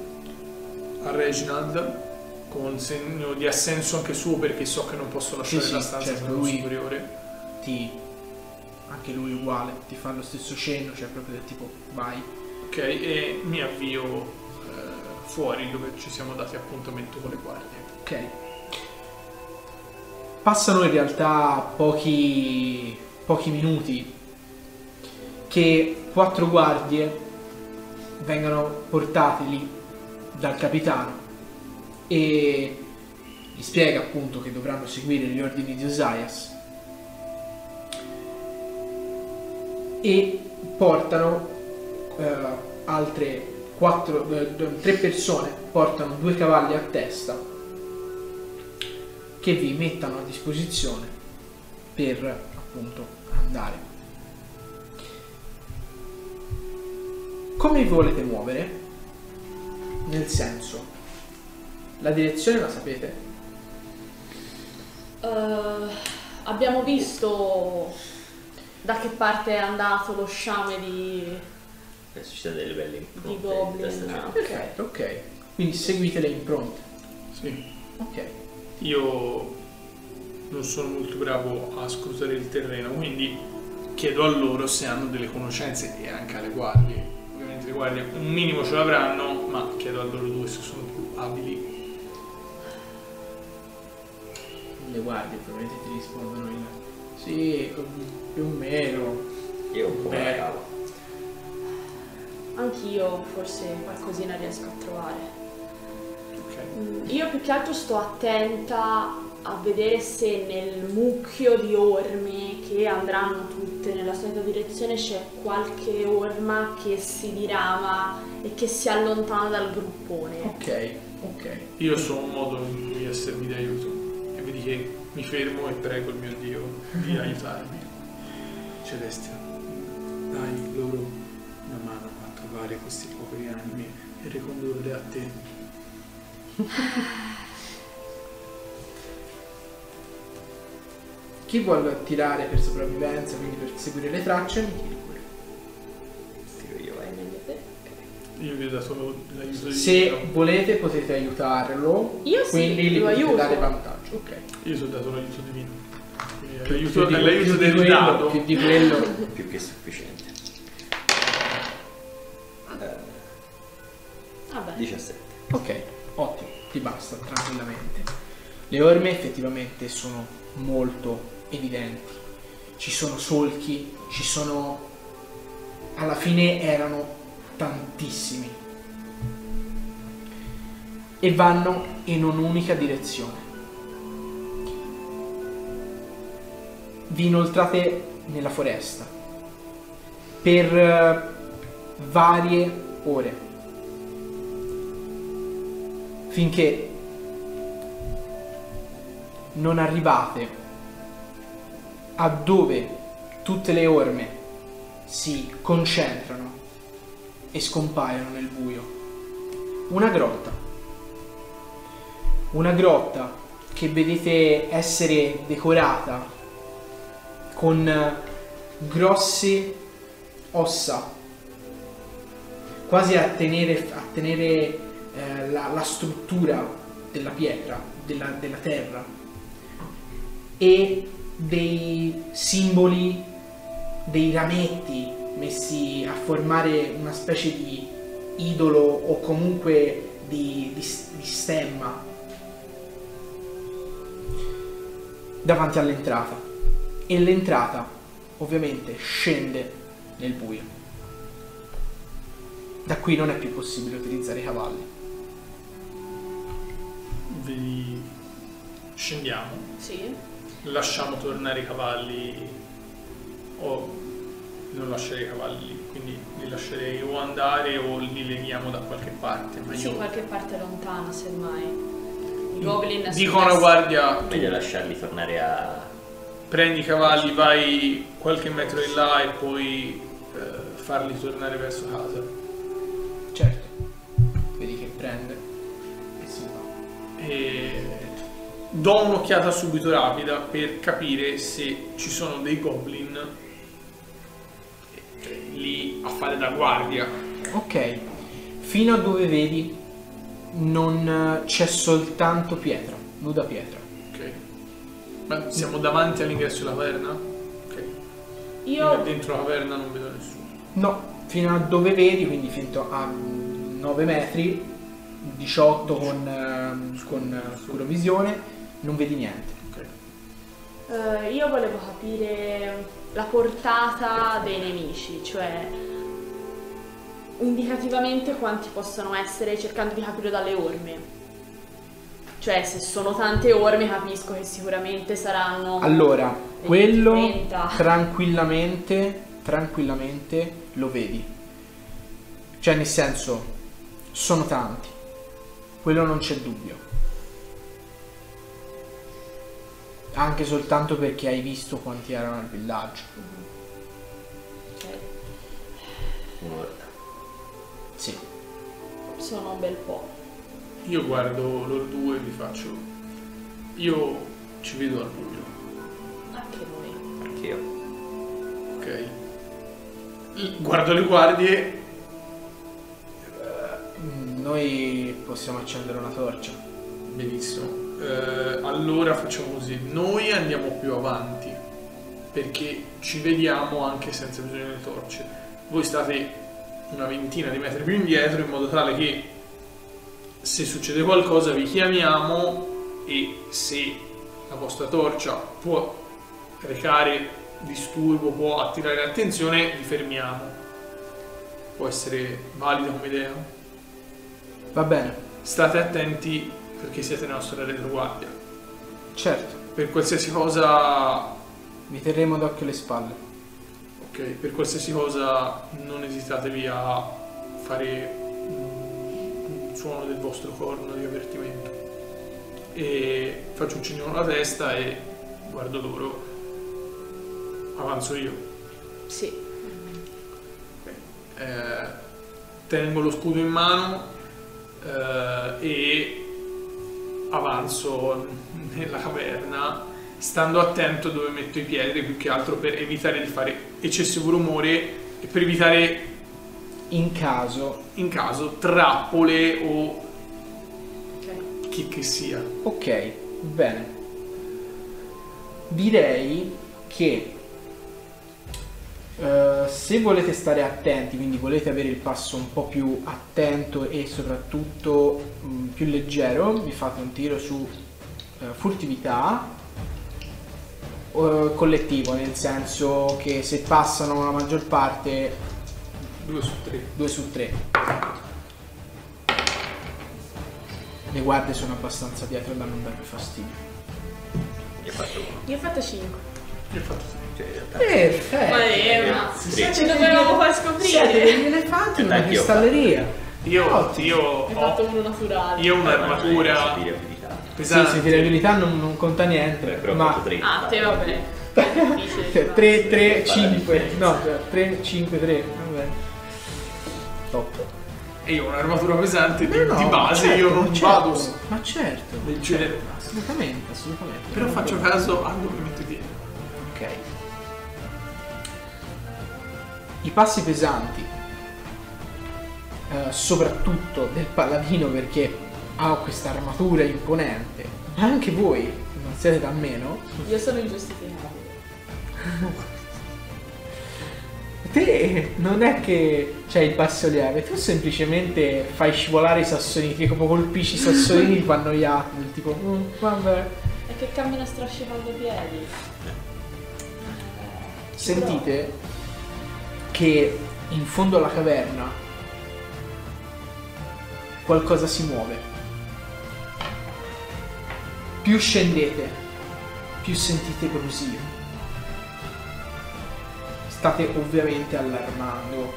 Reginald con segno di assenso anche suo, perché so che non posso lasciare la stanza certo, con un lui superiore. Anche lui uguale, ti fa lo stesso cenno, cioè proprio del tipo vai. Ok, e mi avvio fuori dove ci siamo dati appuntamento con le guardie. Ok. Passano in realtà pochi minuti che 4 guardie vengano portate lì dal capitano e gli spiega appunto che dovranno seguire gli ordini di Osias, e portano altre 3 persone, portano 2 cavalli a testa che vi mettano a disposizione per appunto andare. Come vi volete muovere? Nel senso, la direzione la sapete? Abbiamo visto da che parte è andato lo sciame di Penso ci siano delle belle impronte in Goblin. testa sua. Perfetto, ok. Quindi seguite le impronte. Sì. Ok. Io non sono molto bravo a scrutare il terreno, quindi chiedo a loro se hanno delle conoscenze, e anche alle guardie. Ovviamente le guardie un minimo ce l'avranno, ma chiedo a loro due se sono più abili. Le guardie probabilmente ti rispondono in sì, più o meno. Io un po' me la cavo. Anch'io forse qualcosina riesco a trovare. Ok. Io più che altro sto attenta a vedere se nel mucchio di orme che andranno tutte nella solita direzione c'è qualche orma che si dirama e che si allontana dal gruppone. Ok, ok. Io so un modo in cui esservi di aiuto, e vedi che mi fermo e prego il mio Dio di aiutarmi. Celestia, dai loro una mano a trovare questi poveri animi e ricondurle a te. Chi vuole tirare per sopravvivenza, quindi per seguire le tracce, mi tiri pure. Tiro io, vai. Io vi ho dato l'aiuto di Se Dio. volete potete aiutarlo. Io sì, quindi gli lo potete aiuto. dare vantaggio. Ok. Io ti ho dato l'aiuto divino. Quindi Più di l'aiuto del quello, dado. più di quello. Più che sufficiente. Vabbè. 17. Ok, ottimo, ti basta tranquillamente. Le orme effettivamente sono molto evidenti. Ci sono solchi, ci sono... alla fine erano tantissimi. E vanno in un'unica direzione. Vi inoltrate nella foresta per varie ore, finché non arrivate a dove tutte le orme si concentrano e scompaiono nel buio. una grotta. Una grotta che vedete essere decorata con grosse ossa, quasi a tenere la struttura della pietra, della terra, e dei simboli, dei rametti messi a formare una specie di idolo o comunque di stemma davanti all'entrata, e l'entrata ovviamente scende nel buio. Da qui non è più possibile utilizzare i cavalli. Scendiamo, Sì. lasciamo tornare i cavalli o non lascerei i cavalli, quindi li lascerei o andare o li leghiamo da qualche parte. Ma Sì, io qualche parte lontana, semmai. I goblin dico a una guardia, Meglio lasciarli tornare a... prendi i cavalli, vai qualche metro in là e poi farli tornare verso casa. Certo, vedi che prende e si va. E do un'occhiata subito rapida per capire se ci sono dei goblin lì a fare da guardia. Ok, fino a dove vedi non c'è soltanto pietra, nuda pietra. Ok. Ma siamo davanti all'ingresso della caverna? Ok. Io Dentro la caverna non vedo nessuno. No, fino a dove vedi, quindi fino a 9 metri, 18 con scurovisione, non vedi niente. Ok. Io volevo capire la portata dei nemici, cioè indicativamente quanti possano essere, cercando di capire dalle orme. Cioè, se sono tante orme capisco che sicuramente saranno... Allora, quello 30. tranquillamente lo vedi. Cioè, nel senso, sono tanti. Quello non c'è dubbio. Anche soltanto perché hai visto quanti erano al villaggio. Ok, un'ora. Sì. sono un bel po'. Io guardo loro due e vi faccio. Io ci vedo al buio, Anche noi. Anch'io. ok? Guardo le guardie. Noi possiamo accendere una torcia. Benissimo. Allora facciamo così. Noi andiamo più avanti perché ci vediamo anche senza bisogno delle torce. Voi state una ventina di metri più indietro in modo tale che se succede qualcosa vi chiamiamo e se la vostra torcia può recare disturbo, può attirare l'attenzione, vi fermiamo. Può essere valida come idea. Va bene, State attenti perché siete nella nostra retroguardia. certo. Per qualsiasi cosa, Vi terremo d'occhio le spalle. ok, per qualsiasi cosa non esitatevi a fare un suono del vostro corno di avvertimento. E faccio un cenno con la testa e guardo loro. Avanzo io. Sì. Tengo lo scudo in mano e avanzo nella caverna, stando attento dove metto i piedi, più che altro per evitare di fare eccessivo rumore e per evitare, In caso. in caso, trappole o Ok. che sia. Ok, bene. Direi che se volete stare attenti, quindi volete avere il passo un po' più attento e soprattutto più leggero, vi fate un tiro su furtività collettivo, nel senso che se passano la maggior parte 2 su 3. 2 su 3. Le guardie sono abbastanza dietro da non darvi fastidio. Io ho fatto uno. Io ho fatto 5. Io ho fatto 6. Cioè, in realtà. Perfetto. Ma Sì. ci dovevamo far Siete scoprire. degli elefanti in una Anch'io ho cristalleria. Io Hai fatto ho uno naturale. io ho Sapere un'armatura abilità. pesante. Sì, tirabilità non conta niente, Beh, però ho ma fatto 30. Ah, te vabbè. È difficile. 3, 3, Fa la 5, differenza. no, 3, 5, 3, vabbè. Top. E io ho un'armatura pesante di No, base, certo, io non certo, vado ma certo, leggero. assolutamente, assolutamente. Però Non faccio problema. caso a dove metto i piedi. Ok. I passi pesanti, soprattutto del paladino perché ha questa armatura imponente, ma anche voi, non siete da meno, Io sono ingiustificabile. te non è che c'hai il passo lieve, tu semplicemente fai scivolare i sassolini, ti proprio colpisci i sassolini ti fanno annoiati, tipo vabbè. È che cammino strascicando i piedi. Sentite che in fondo alla caverna qualcosa si muove. Più scendete, più sentite brusio. State ovviamente allarmando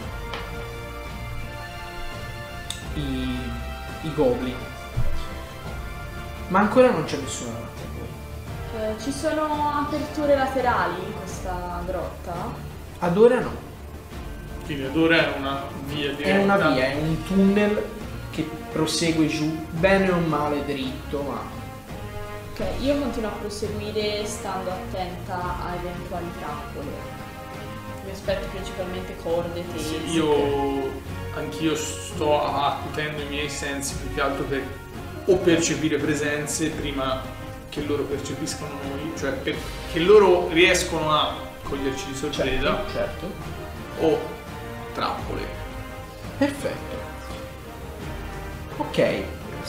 i goblin. Ma ancora non c'è nessuno davanti a voi. Ci sono aperture laterali in questa grotta? Ad ora no. Quindi ad ora è una via diretta. È una via, è un tunnel che prosegue giù, bene o male dritto, ma Ok, io continuo a proseguire stando attenta a eventuali trappole. Mi aspetto principalmente corde, tesi. Anch'io sto accutendo i miei sensi più che altro per o percepire presenze prima che loro percepiscano noi, cioè che loro riescono a coglierci di sorpresa, certo. o trappole. Perfetto. Ok.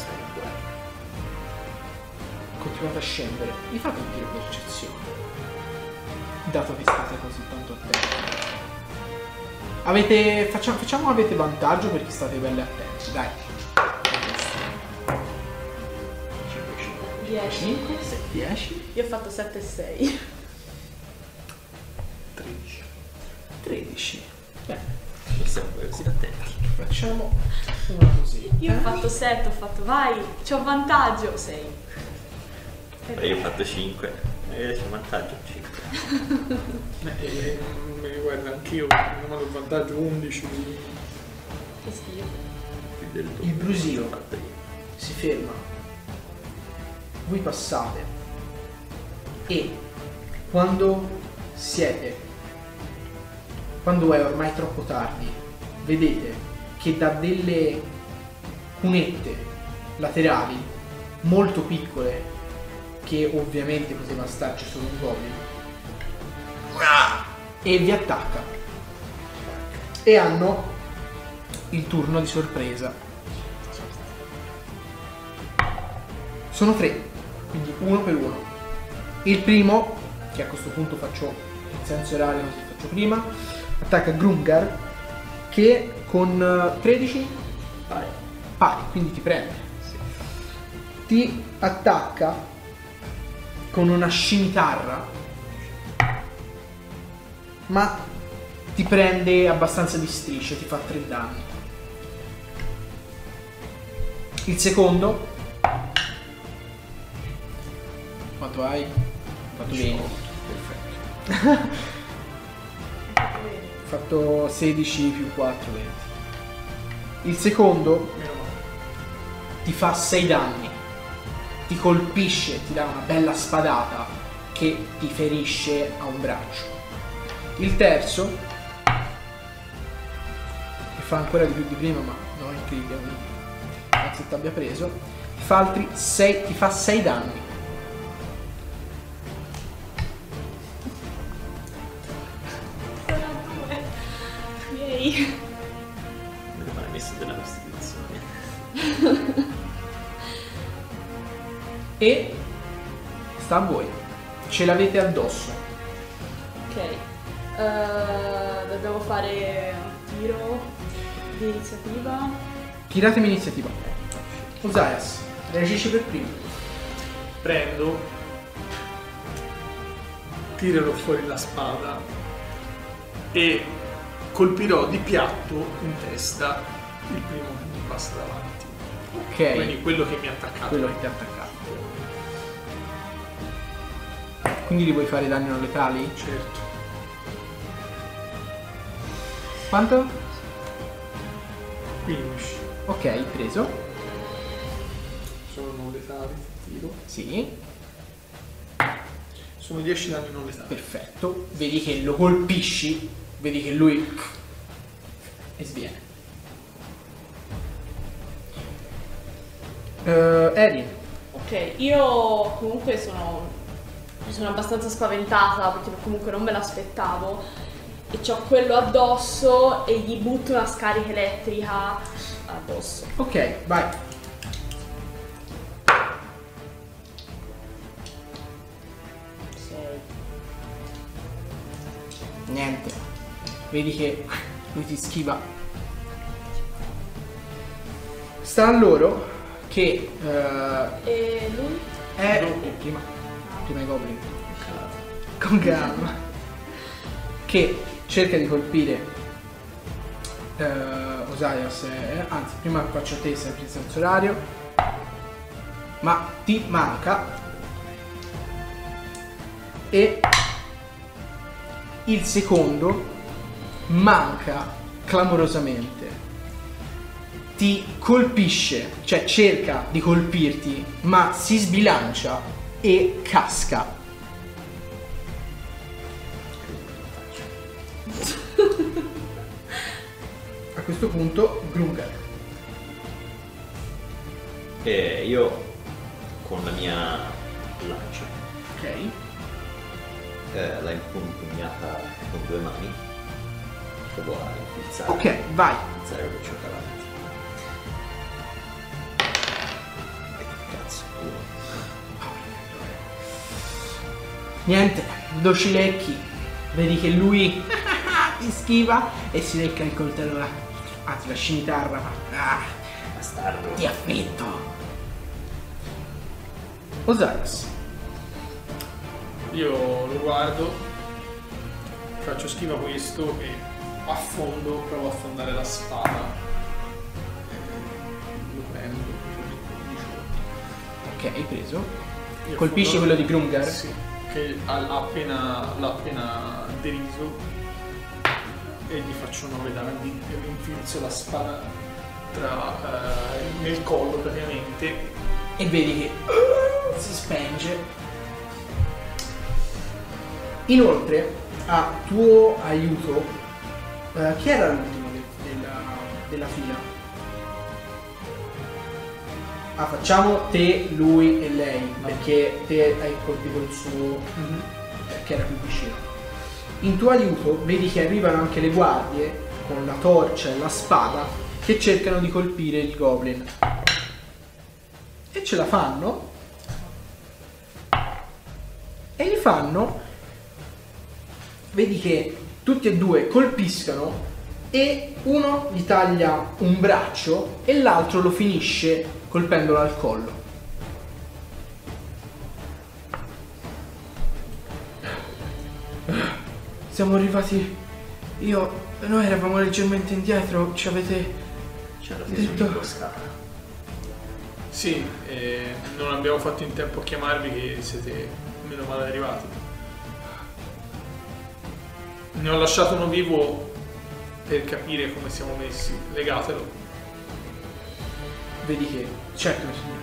Continuate a scendere. Vi fate un tiro di percezione. Dato che state così tanto attenti. Facciamo avete vantaggio perché state belli attenti. Dai. 10. 10. Io ho fatto 7 e 6. 13. 13. Siamo così attenti. Facciamo una così. Io ho fatto 7, ho fatto vai, c'ho vantaggio. 6. Io ho fatto 5 e c'è un vantaggio 5. Guarda, anch'io non ho vantaggio 11. Che schifo. Il brusio si ferma. Voi passate e quando è ormai troppo tardi, vedete che da delle cunette laterali molto piccole, che ovviamente poteva starci solo un goblin, e vi attacca e hanno il turno di sorpresa. Sono 3, quindi uno per uno. Il primo, che a questo punto faccio in senso orario così faccio prima, attacca Grungar che con 13 pari, quindi ti prende. Ti attacca con una scimitarra, ma ti prende abbastanza di strisce, ti fa 3 danni. Il secondo, quanto hai? Fatto 20. Perfetto. Fatto 16 più 4, 20. Il secondo Meno male. ti fa 6 danni, ti colpisce, ti dà una bella spadata che ti ferisce a un braccio. Il terzo, che fa ancora di più di prima, ma non è critica, anzi ti abbia preso, ti fa altri 6, ti fa 6 danni. Yay. Non ho mai messo della costituzione. E sta a voi, ce l'avete addosso. Ok. Dobbiamo fare un tiro di iniziativa. Tiratemi iniziativa. Ozias, reagisci per primo. Prendo, tirerò fuori la spada e colpirò di piatto in testa il primo che mi passa davanti. Ok, Quindi quello che mi ha attaccato. quello che ti ha attaccato. Quindi gli vuoi fare danni non letali? Certo. Quanto? 15. Ok, preso. Sono non letali, tiro. Sì, Sono 10 danni non letali. perfetto. Vedi che lo colpisci, vedi che lui e sviene. Erin. Ok, io comunque sono abbastanza spaventata perché comunque non me l'aspettavo e c'ho quello addosso e gli butto una scarica elettrica addosso. Ok, vai. Niente. Vedi che lui ti schiva. Sta a loro che E lui? prima i goblin. Con calma. Che cerca di colpire Osias, anzi prima faccio a te sempre in senso orario, ma ti manca e il secondo manca clamorosamente, ti colpisce, cioè cerca di colpirti ma si sbilancia e casca. A questo punto Grungar. E io con la mia lancia Ok. l'ho impugnata con 2 mani, provo a infilzare. Ok, vai. Infilzare quello che c'ho davanti. E cazzo, Niente, do cilecchi. Vedi che lui ti schiva e si lecca il coltello, anzi la scimitarra, ma bastardo. ti affetto. Osiris. Io lo guardo, faccio schifo a questo e affondo, provo a affondare la spada. Lo prendo, Ok, hai preso. Io Colpisci affondo- quello di Grungar? Sì, che l'ha appena deriso e gli faccio 9 danni e mi infilzo la spada nel collo praticamente. E vedi che si spenge. Inoltre, a tuo aiuto, chi era l'ultimo della fila? Facciamo te, lui e lei, perché te hai colpito il suo, perché era più vicino. In tuo aiuto vedi che arrivano anche le guardie con la torcia e la spada che cercano di colpire il goblin. E ce la fanno. E li fanno. Vedi che tutti e due colpiscono e uno gli taglia un braccio e l'altro lo finisce colpendolo al collo. Siamo arrivati. Noi eravamo leggermente indietro, ci avete C'è la stessa detto. un'imboscata. Sì, non abbiamo fatto in tempo a chiamarvi che siete meno male arrivati. Ne ho lasciato uno vivo per capire come siamo messi. Legatelo. Vedi che, certo signore,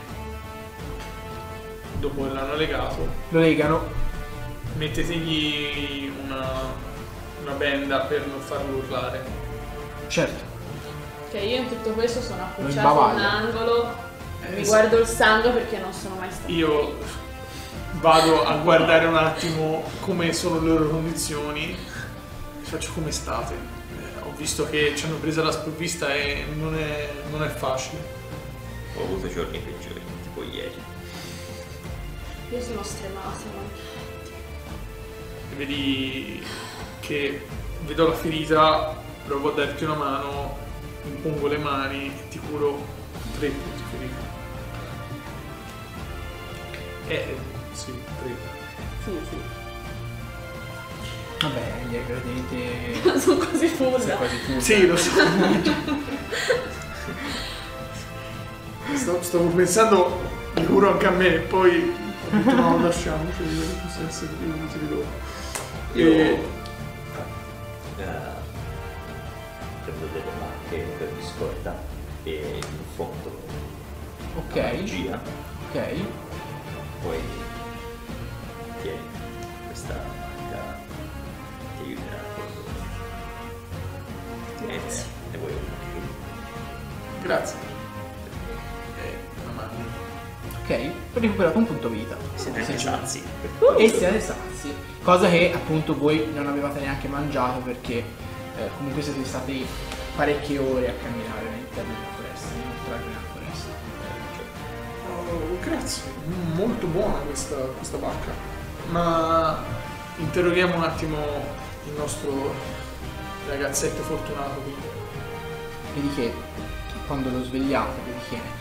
Dopo che l'hanno legato, lo legano. mettetegli una benda per non farlo urlare. Certo. Ok, io in tutto questo sono Lo appoggiato in un imbavaglia. angolo, mi sì. guardo il sangue perché non sono mai stato. Io vado a guardare un attimo come sono le loro condizioni, faccio come state. Ho visto che ci hanno preso alla sprovvista e non è facile. Ho avuto giorni peggiori, tipo ieri. Io sono stremata, ma... E vedi che vedo la ferita, provo a darti una mano, impongo le mani e ti curo 3 punti ferita. Sì, 3. Sì, sì. Vabbè, gli agradete. Sono quasi fulla. Sei quasi full. Sì, lo so. Stavo pensando, mi curo anche a me, poi ho detto no, lasciamo, cioè, nel senso che io non ti rido. Prendo delle macchie per di scorta e in fondo Ok. la magia. Ok. Poi tieni questa macca, ti aiuterà quando ne vuoi una più. Grazie. La mano. Ok. Ho recuperato un punto vita. Siete anche sazi. E siete sazi. Cosa che appunto voi non avevate neanche mangiato perché comunque siete stati parecchie ore a camminare all'interno della foresta, a entrare nella foresta. Oh, grazie, molto buona questa bacca. Ma interroghiamo un attimo il nostro ragazzetto fortunato qui. Vedi che quando lo svegliate, vedi che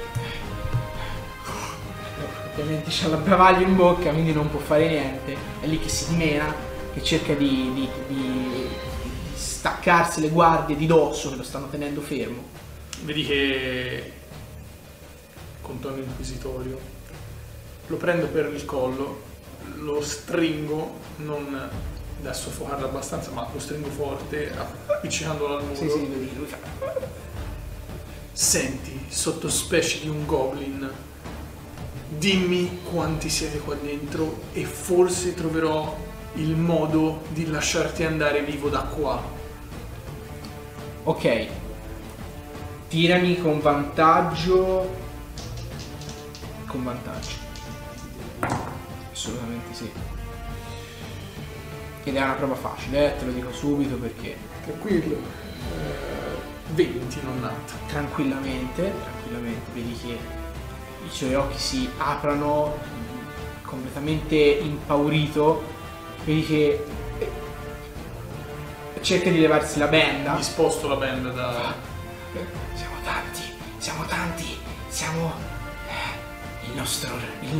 ovviamente c'ha la bravaglia in bocca, quindi non può fare niente. È lì che si dimena, che cerca di staccarsi le guardie di dosso che lo stanno tenendo fermo. Vedi che con tono inquisitorio lo prendo per il collo, lo stringo, non da soffocarlo abbastanza, ma lo stringo forte, appiccicandolo al muro. Sì, vedi che lui fa. Senti, sottospecie di un goblin, dimmi quanti siete qua dentro e forse troverò il modo di lasciarti andare vivo da qua. Ok. Tirami con vantaggio. Con vantaggio. Assolutamente sì. Ed è una prova facile, te lo dico subito perché Tranquillo. 20 non nat. tranquillamente vedi che i suoi occhi si aprono completamente impaurito, vedi che cerca di levarsi la benda. Gli sposto la benda da... Siamo tanti, siamo il nostro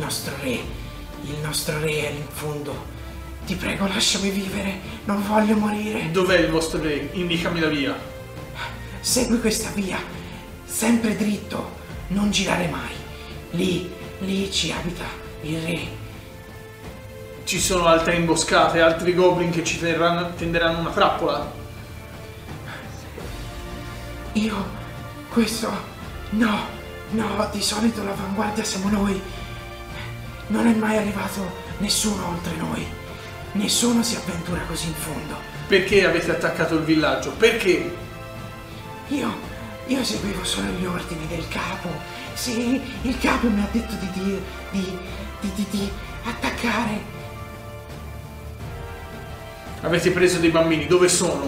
re è in fondo. Ti prego, lasciami vivere, non voglio morire. Dov'è il vostro re? Indicami la via. Segui questa via, sempre dritto, non girare mai. Lì ci abita il re. Ci sono altre imboscate, altri goblin che ci tenderanno una trappola? No, di solito l'avanguardia siamo noi. Non è mai arrivato nessuno oltre noi. Nessuno si avventura così in fondo. Perché avete attaccato il villaggio? Perché? Io seguivo solo gli ordini del capo. Sì, il capo mi ha detto di attaccare. Avete preso dei bambini, dove sono?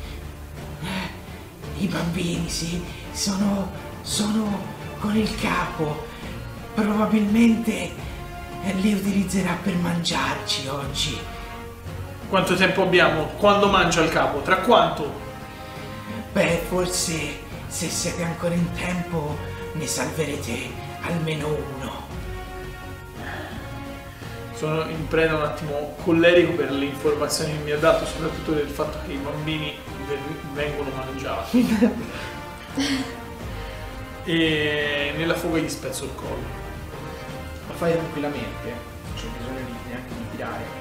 I bambini, sì, sono con il capo. Probabilmente li utilizzerà per mangiarci oggi. Quanto tempo abbiamo? Quando mangia il capo? Tra quanto? Beh, forse se siete ancora in tempo ne salverete almeno uno. Sono in preda un attimo collerico per le informazioni che mi ha dato, soprattutto del fatto che i bambini vengono mangiati. E nella fuga gli spezzo il collo. Lo fai tranquillamente, non c'è bisogno neanche di tirare.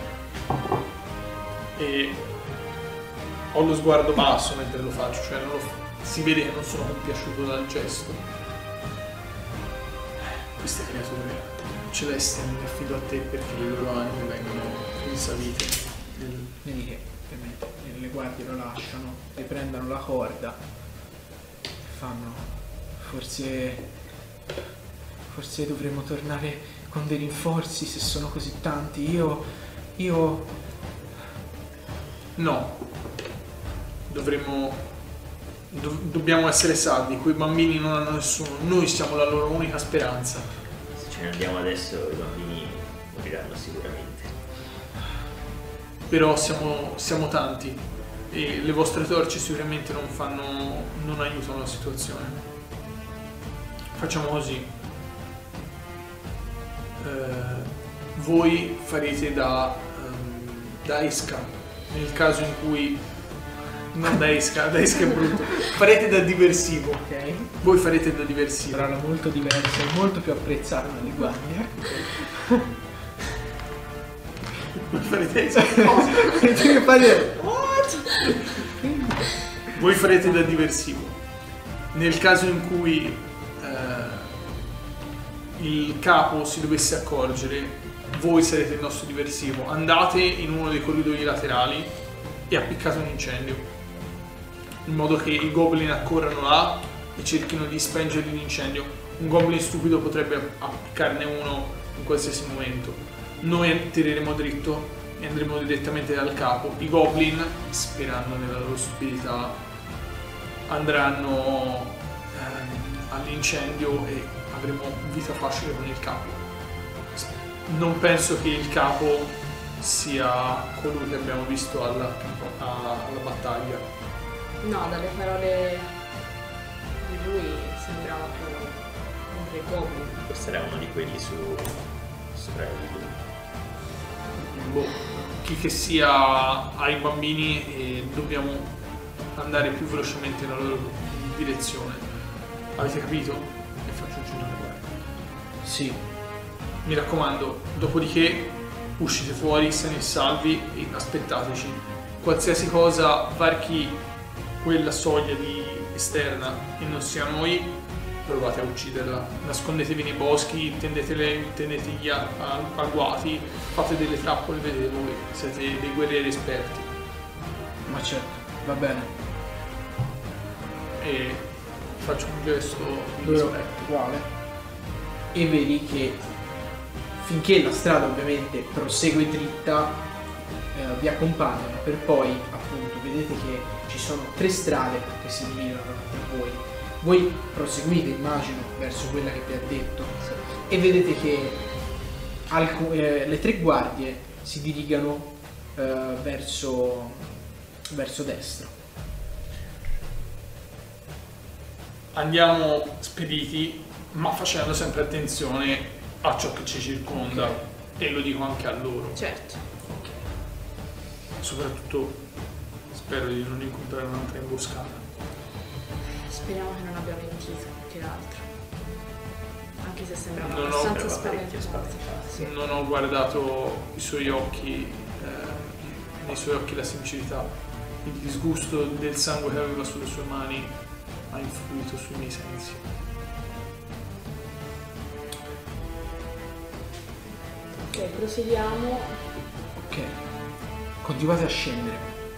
E ho lo sguardo basso mentre lo faccio, cioè si vede che non sono compiaciuto dal gesto. Queste creature celesti mi affido a te perché le loro anime vengono risalite. Vedi che ovviamente le guardie lo lasciano, riprendono la corda, fanno forse dovremmo tornare con dei rinforzi se sono così tanti. Io no, dobbiamo essere salvi, quei bambini non hanno nessuno, noi siamo la loro unica speranza. Se ce ne andiamo adesso i bambini moriranno sicuramente. Però siamo tanti e le vostre torce sicuramente non aiutano la situazione. Facciamo così. Voi farete da esca nel caso in cui non da esca è brutto, farete da diversivo. ok? Voi farete da diversivo. Saranno molto diverse e molto più apprezzate dalle guardie. Voi farete Che fate? Voi farete da diversivo. nel caso in cui il capo si dovesse accorgere, voi sarete il nostro diversivo. Andate in uno dei corridoi laterali e appiccate un incendio, in modo che i goblin accorrano là e cerchino di spengere l'incendio. Un goblin stupido potrebbe appiccarne uno in qualsiasi momento. Noi tireremo dritto e andremo direttamente dal capo. I goblin, sperando nella loro stupidità, andranno all'incendio e avremo vita facile con il capo. Non penso che il capo sia colui che abbiamo visto alla battaglia. No, dalle parole di lui sembrava più un re goblin. Forse era uno di quelli su Reddit. Boh, chi che sia ai bambini e dobbiamo andare più velocemente nella loro direzione. Avete capito? E faccio un cenno alle guardie. Sì. Mi raccomando, dopodiché uscite fuori sani e salvi e aspettateci. Qualsiasi cosa varchi quella soglia di esterna e non sia noi, provate a ucciderla. Nascondetevi nei boschi, tendetegli agguati, fate delle trappole, vedete voi, siete dei guerrieri esperti. Ma certo, va bene. E faccio un gesto di Loro rispetto. uguale. E vedi che finché la strada ovviamente prosegue dritta, vi accompagnano, per poi appunto vedete che ci sono 3 strade che si dividono tra voi. Voi proseguite, immagino, verso quella che vi ha detto e vedete che le 3 guardie si dirigano verso destra. Andiamo spediti, ma facendo sempre attenzione a ciò che ci circonda, Ok. e lo dico anche a loro. Certo. Soprattutto spero di non incontrare un'altra imboscata. Speriamo che non abbia mentito più che altro. Anche se sembrava Non ho- abbastanza sembrava parecchio spaventato. Sì. Non ho guardato i suoi occhi, nei suoi occhi la sincerità. Il disgusto del sangue che aveva sulle sue mani ha influito sui miei sensi. Ok, proseguiamo. Ok, continuate a scendere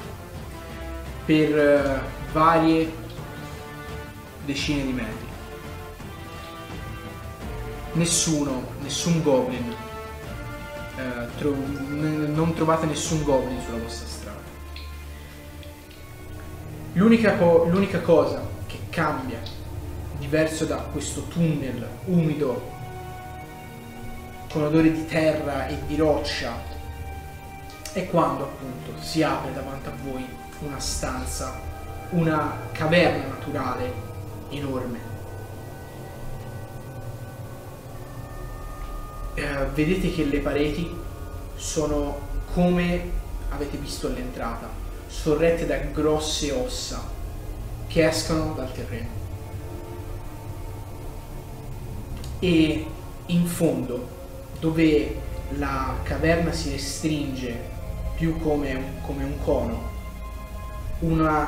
per varie decine di metri. Nessun goblin, non trovate nessun goblin sulla vostra strada. L'unica cosa che cambia, diverso da questo tunnel umido con odore di terra e di roccia, è quando appunto si apre davanti a voi una stanza, una caverna naturale enorme. Vedete che le pareti sono come avete visto all'entrata, sorrette da grosse ossa che escono dal terreno. E in fondo, dove la caverna si restringe più come un cono, un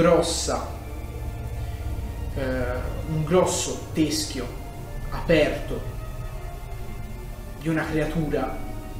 grosso teschio aperto di una creatura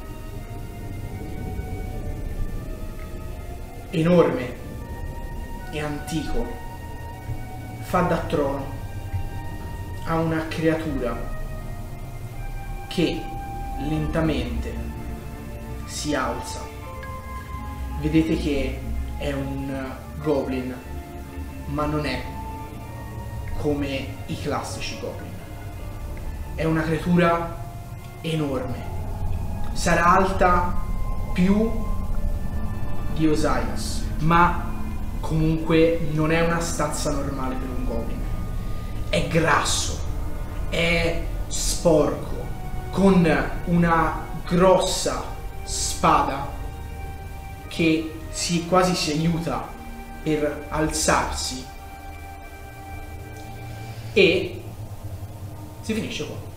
enorme e antico fa da trono a una creatura che lentamente si alza. Vedete che è un goblin, ma non è come i classici goblin. È una creatura enorme. Sarà alta più di Osiris, ma comunque non è una stazza normale per un goblin. È grasso, è sporco, con una grossa spada che quasi si aiuta per alzarsi, e si finisce qua.